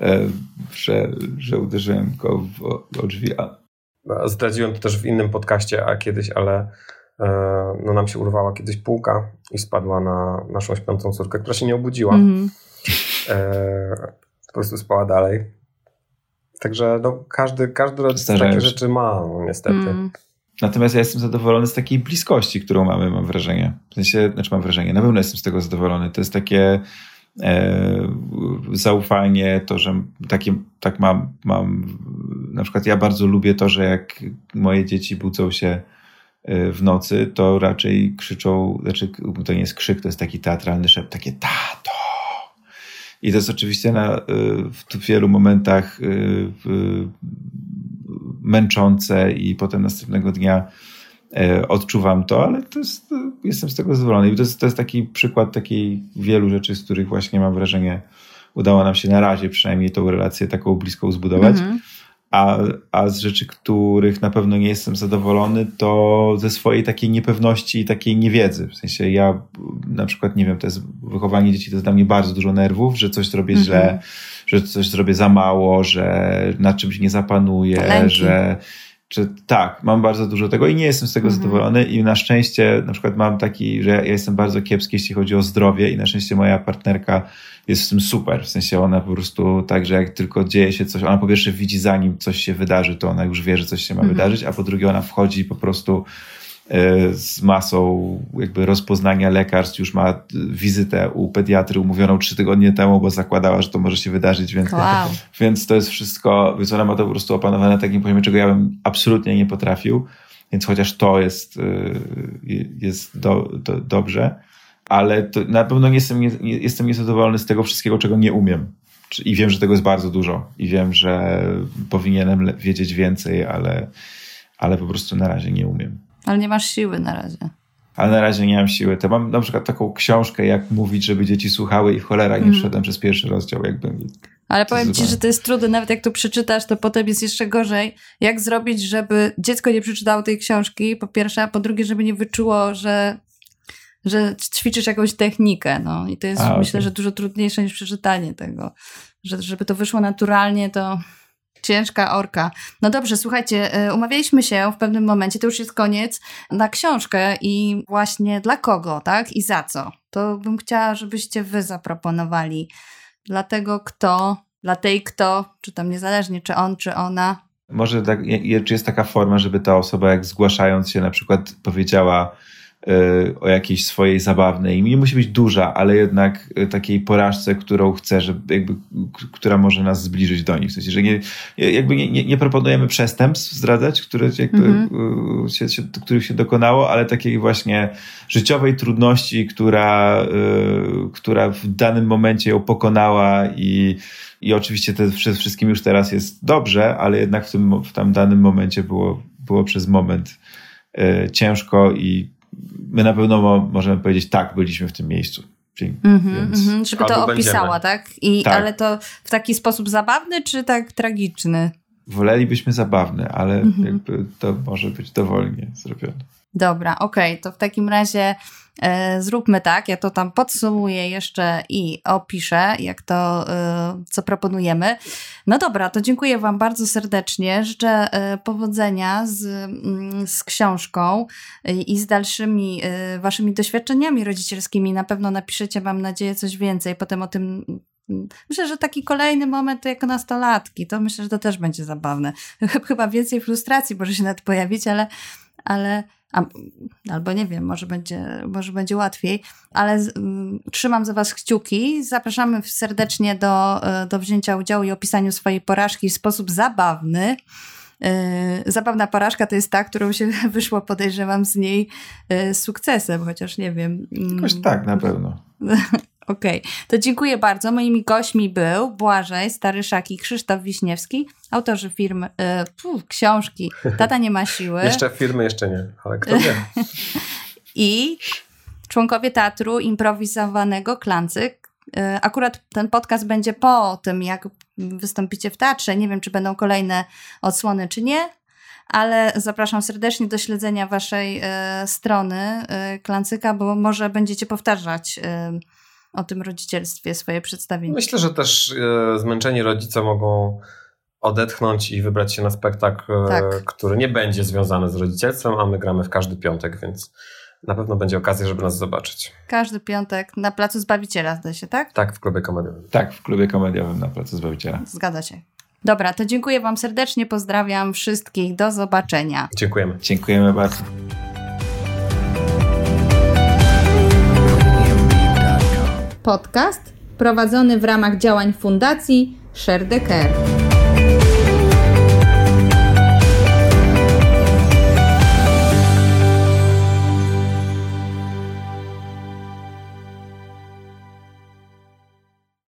S2: że, że uderzyłem go w, o drzwi.
S3: Zdradziłem to też w innym podcaście a kiedyś, ale no, nam się urwała kiedyś półka i spadła na naszą śpiącą córkę, która się nie obudziła. Mm. E, po prostu spała dalej. Także no, każdy, każdy rodzic takie rzeczy ma, no, niestety. Mm.
S2: Natomiast ja jestem zadowolony z takiej bliskości, którą mamy, mam wrażenie. W sensie, znaczy mam wrażenie, na pewno jestem z tego zadowolony. To jest takie e, zaufanie, to, że takie, tak mam, mam, na przykład ja bardzo lubię to, że jak moje dzieci budzą się w nocy, to raczej krzyczą, znaczy to nie jest krzyk, to jest taki teatralny szept, takie tato. I to jest oczywiście na, w wielu momentach męczące i potem następnego dnia odczuwam to, ale to jest, jestem z tego zadowolony. I to jest, to jest taki przykład takiej wielu rzeczy, z których właśnie mam wrażenie udało nam się na razie przynajmniej tą relację taką bliską zbudować. Mm-hmm. A, a z rzeczy, których na pewno nie jestem zadowolony, to ze swojej takiej niepewności i takiej niewiedzy. W sensie ja na przykład, nie wiem, to jest wychowanie dzieci, to jest dla mnie bardzo dużo nerwów, że coś zrobię mm-hmm. źle, że coś zrobię za mało, że nad czymś nie zapanuję, że, że tak, mam bardzo dużo tego i nie jestem z tego mm-hmm. zadowolony i na szczęście na przykład mam taki, że ja jestem bardzo kiepski, jeśli chodzi o zdrowie i na szczęście moja partnerka jest w tym super, w sensie ona po prostu tak, że jak tylko dzieje się coś, ona po pierwsze widzi zanim coś się wydarzy, to ona już wie, że coś się ma mm-hmm. wydarzyć, a po drugie ona wchodzi po prostu y, z masą jakby rozpoznania lekarstw, już ma wizytę u pediatry umówioną trzy tygodnie temu, bo zakładała, że to może się wydarzyć, więc,
S1: wow.
S2: więc to jest wszystko, więc ona ma to po prostu opanowane na takim poziomie, czego ja bym absolutnie nie potrafił, więc chociaż to jest, y, jest do, do, dobrze. Ale to na pewno nie jestem, nie, nie, jestem niezadowolony z tego wszystkiego, czego nie umiem. I wiem, że tego jest bardzo dużo. I wiem, że powinienem le- wiedzieć więcej, ale, ale po prostu na razie nie umiem.
S1: Ale nie masz siły na razie.
S2: Ale na razie nie mam siły. To mam na przykład taką książkę, jak mówić, żeby dzieci słuchały i cholera, nie mm. wszedłem przez pierwszy rozdział. Jakby.
S1: Ale powiem ci, że to jest trudne. Nawet jak to przeczytasz, to potem jest jeszcze gorzej. Jak zrobić, żeby dziecko nie przeczytało tej książki, po pierwsze, a po drugie, żeby nie wyczuło, że że ćwiczysz jakąś technikę, no i to jest A, myślę, okay. że dużo trudniejsze niż przeczytanie tego, że żeby to wyszło naturalnie, to ciężka orka. No dobrze, słuchajcie, umawialiśmy się w pewnym momencie, to już jest koniec, na książkę i właśnie dla kogo, tak? I za co? To bym chciała, żebyście wy zaproponowali dla tego kto, dla tej kto, czy tam niezależnie, czy on, czy ona.
S2: Może tak, czy jest taka forma, żeby ta osoba jak zgłaszając się na przykład powiedziała o jakiejś swojej zabawnej, nie musi być duża, ale jednak takiej porażce, którą chce, żeby jakby, która może nas zbliżyć do nich. W sensie, że nie, jakby nie, nie, nie proponujemy przestępstw zdradzać, które jakby, mm-hmm. się, się, których się dokonało, ale takiej właśnie życiowej trudności, która, y, która w danym momencie ją pokonała i, i oczywiście te wszystkim już teraz jest dobrze, ale jednak w tym, w tym danym momencie było, było przez moment y, ciężko i my na pewno możemy powiedzieć, tak, byliśmy w tym miejscu. dzień.
S1: Mm-hmm,
S2: więc...
S1: mm-hmm, żeby to
S3: Albo
S1: opisała,
S3: będziemy.
S1: tak? I,
S2: tak?
S1: Ale to w taki sposób zabawny, czy tak tragiczny?
S2: Wolelibyśmy zabawny, ale
S1: mm-hmm.
S2: jakby to może być dowolnie zrobione.
S1: Dobra, okej, okay. To w takim razie e, zróbmy tak, ja to tam podsumuję jeszcze i opiszę, jak to, e, co proponujemy. No dobra, to dziękuję wam bardzo serdecznie, życzę e, powodzenia z, m, z książką e, i z dalszymi e, waszymi doświadczeniami rodzicielskimi. Na pewno napiszecie, mam nadzieję, coś więcej potem o tym. Myślę, że taki kolejny moment to jako nastolatki, to myślę, że to też będzie zabawne. Chyba więcej frustracji może się nawet pojawić, ale, ale a, albo nie wiem, może będzie, może będzie łatwiej, ale z, um, trzymam za was kciuki. Zapraszamy serdecznie do, do wzięcia udziału i opisaniu swojej porażki w sposób zabawny. Yy, zabawna porażka to jest ta, którą się wyszło, podejrzewam, z niej yy, sukcesem, chociaż nie wiem.
S2: Jakoś tak, na pewno.
S1: Okej, okay. To dziękuję bardzo. Moimi gośćmi był Błażej Staryszak i Krzysztof Wiśniewski, autorzy firm, y, puf, książki Tata nie ma siły.
S3: Jeszcze firmy, jeszcze nie, ale kto wie.
S1: I członkowie teatru improwizowanego Klancyk. Y, akurat ten podcast będzie po tym, jak wystąpicie w teatrze. Nie wiem, czy będą kolejne odsłony, czy nie. Ale zapraszam serdecznie do śledzenia waszej y, strony y, Klancyka, bo może będziecie powtarzać y, o tym rodzicielstwie swoje przedstawienie.
S3: Myślę, że też e, zmęczeni rodzice mogą odetchnąć i wybrać się na spektakl, tak. e, który nie będzie związany z rodzicielstwem, a my gramy w każdy piątek, więc na pewno będzie okazja, żeby nas zobaczyć.
S1: Każdy piątek na Placu Zbawiciela, zdaje się, tak?
S3: Tak, w klubie komediowym.
S2: Tak, w klubie komediowym na Placu Zbawiciela.
S1: Zgadza się. Dobra, to dziękuję wam serdecznie, pozdrawiam wszystkich, do zobaczenia.
S3: Dziękujemy.
S2: Dziękujemy bardzo.
S1: Podcast prowadzony w ramach działań Fundacji Share the Care.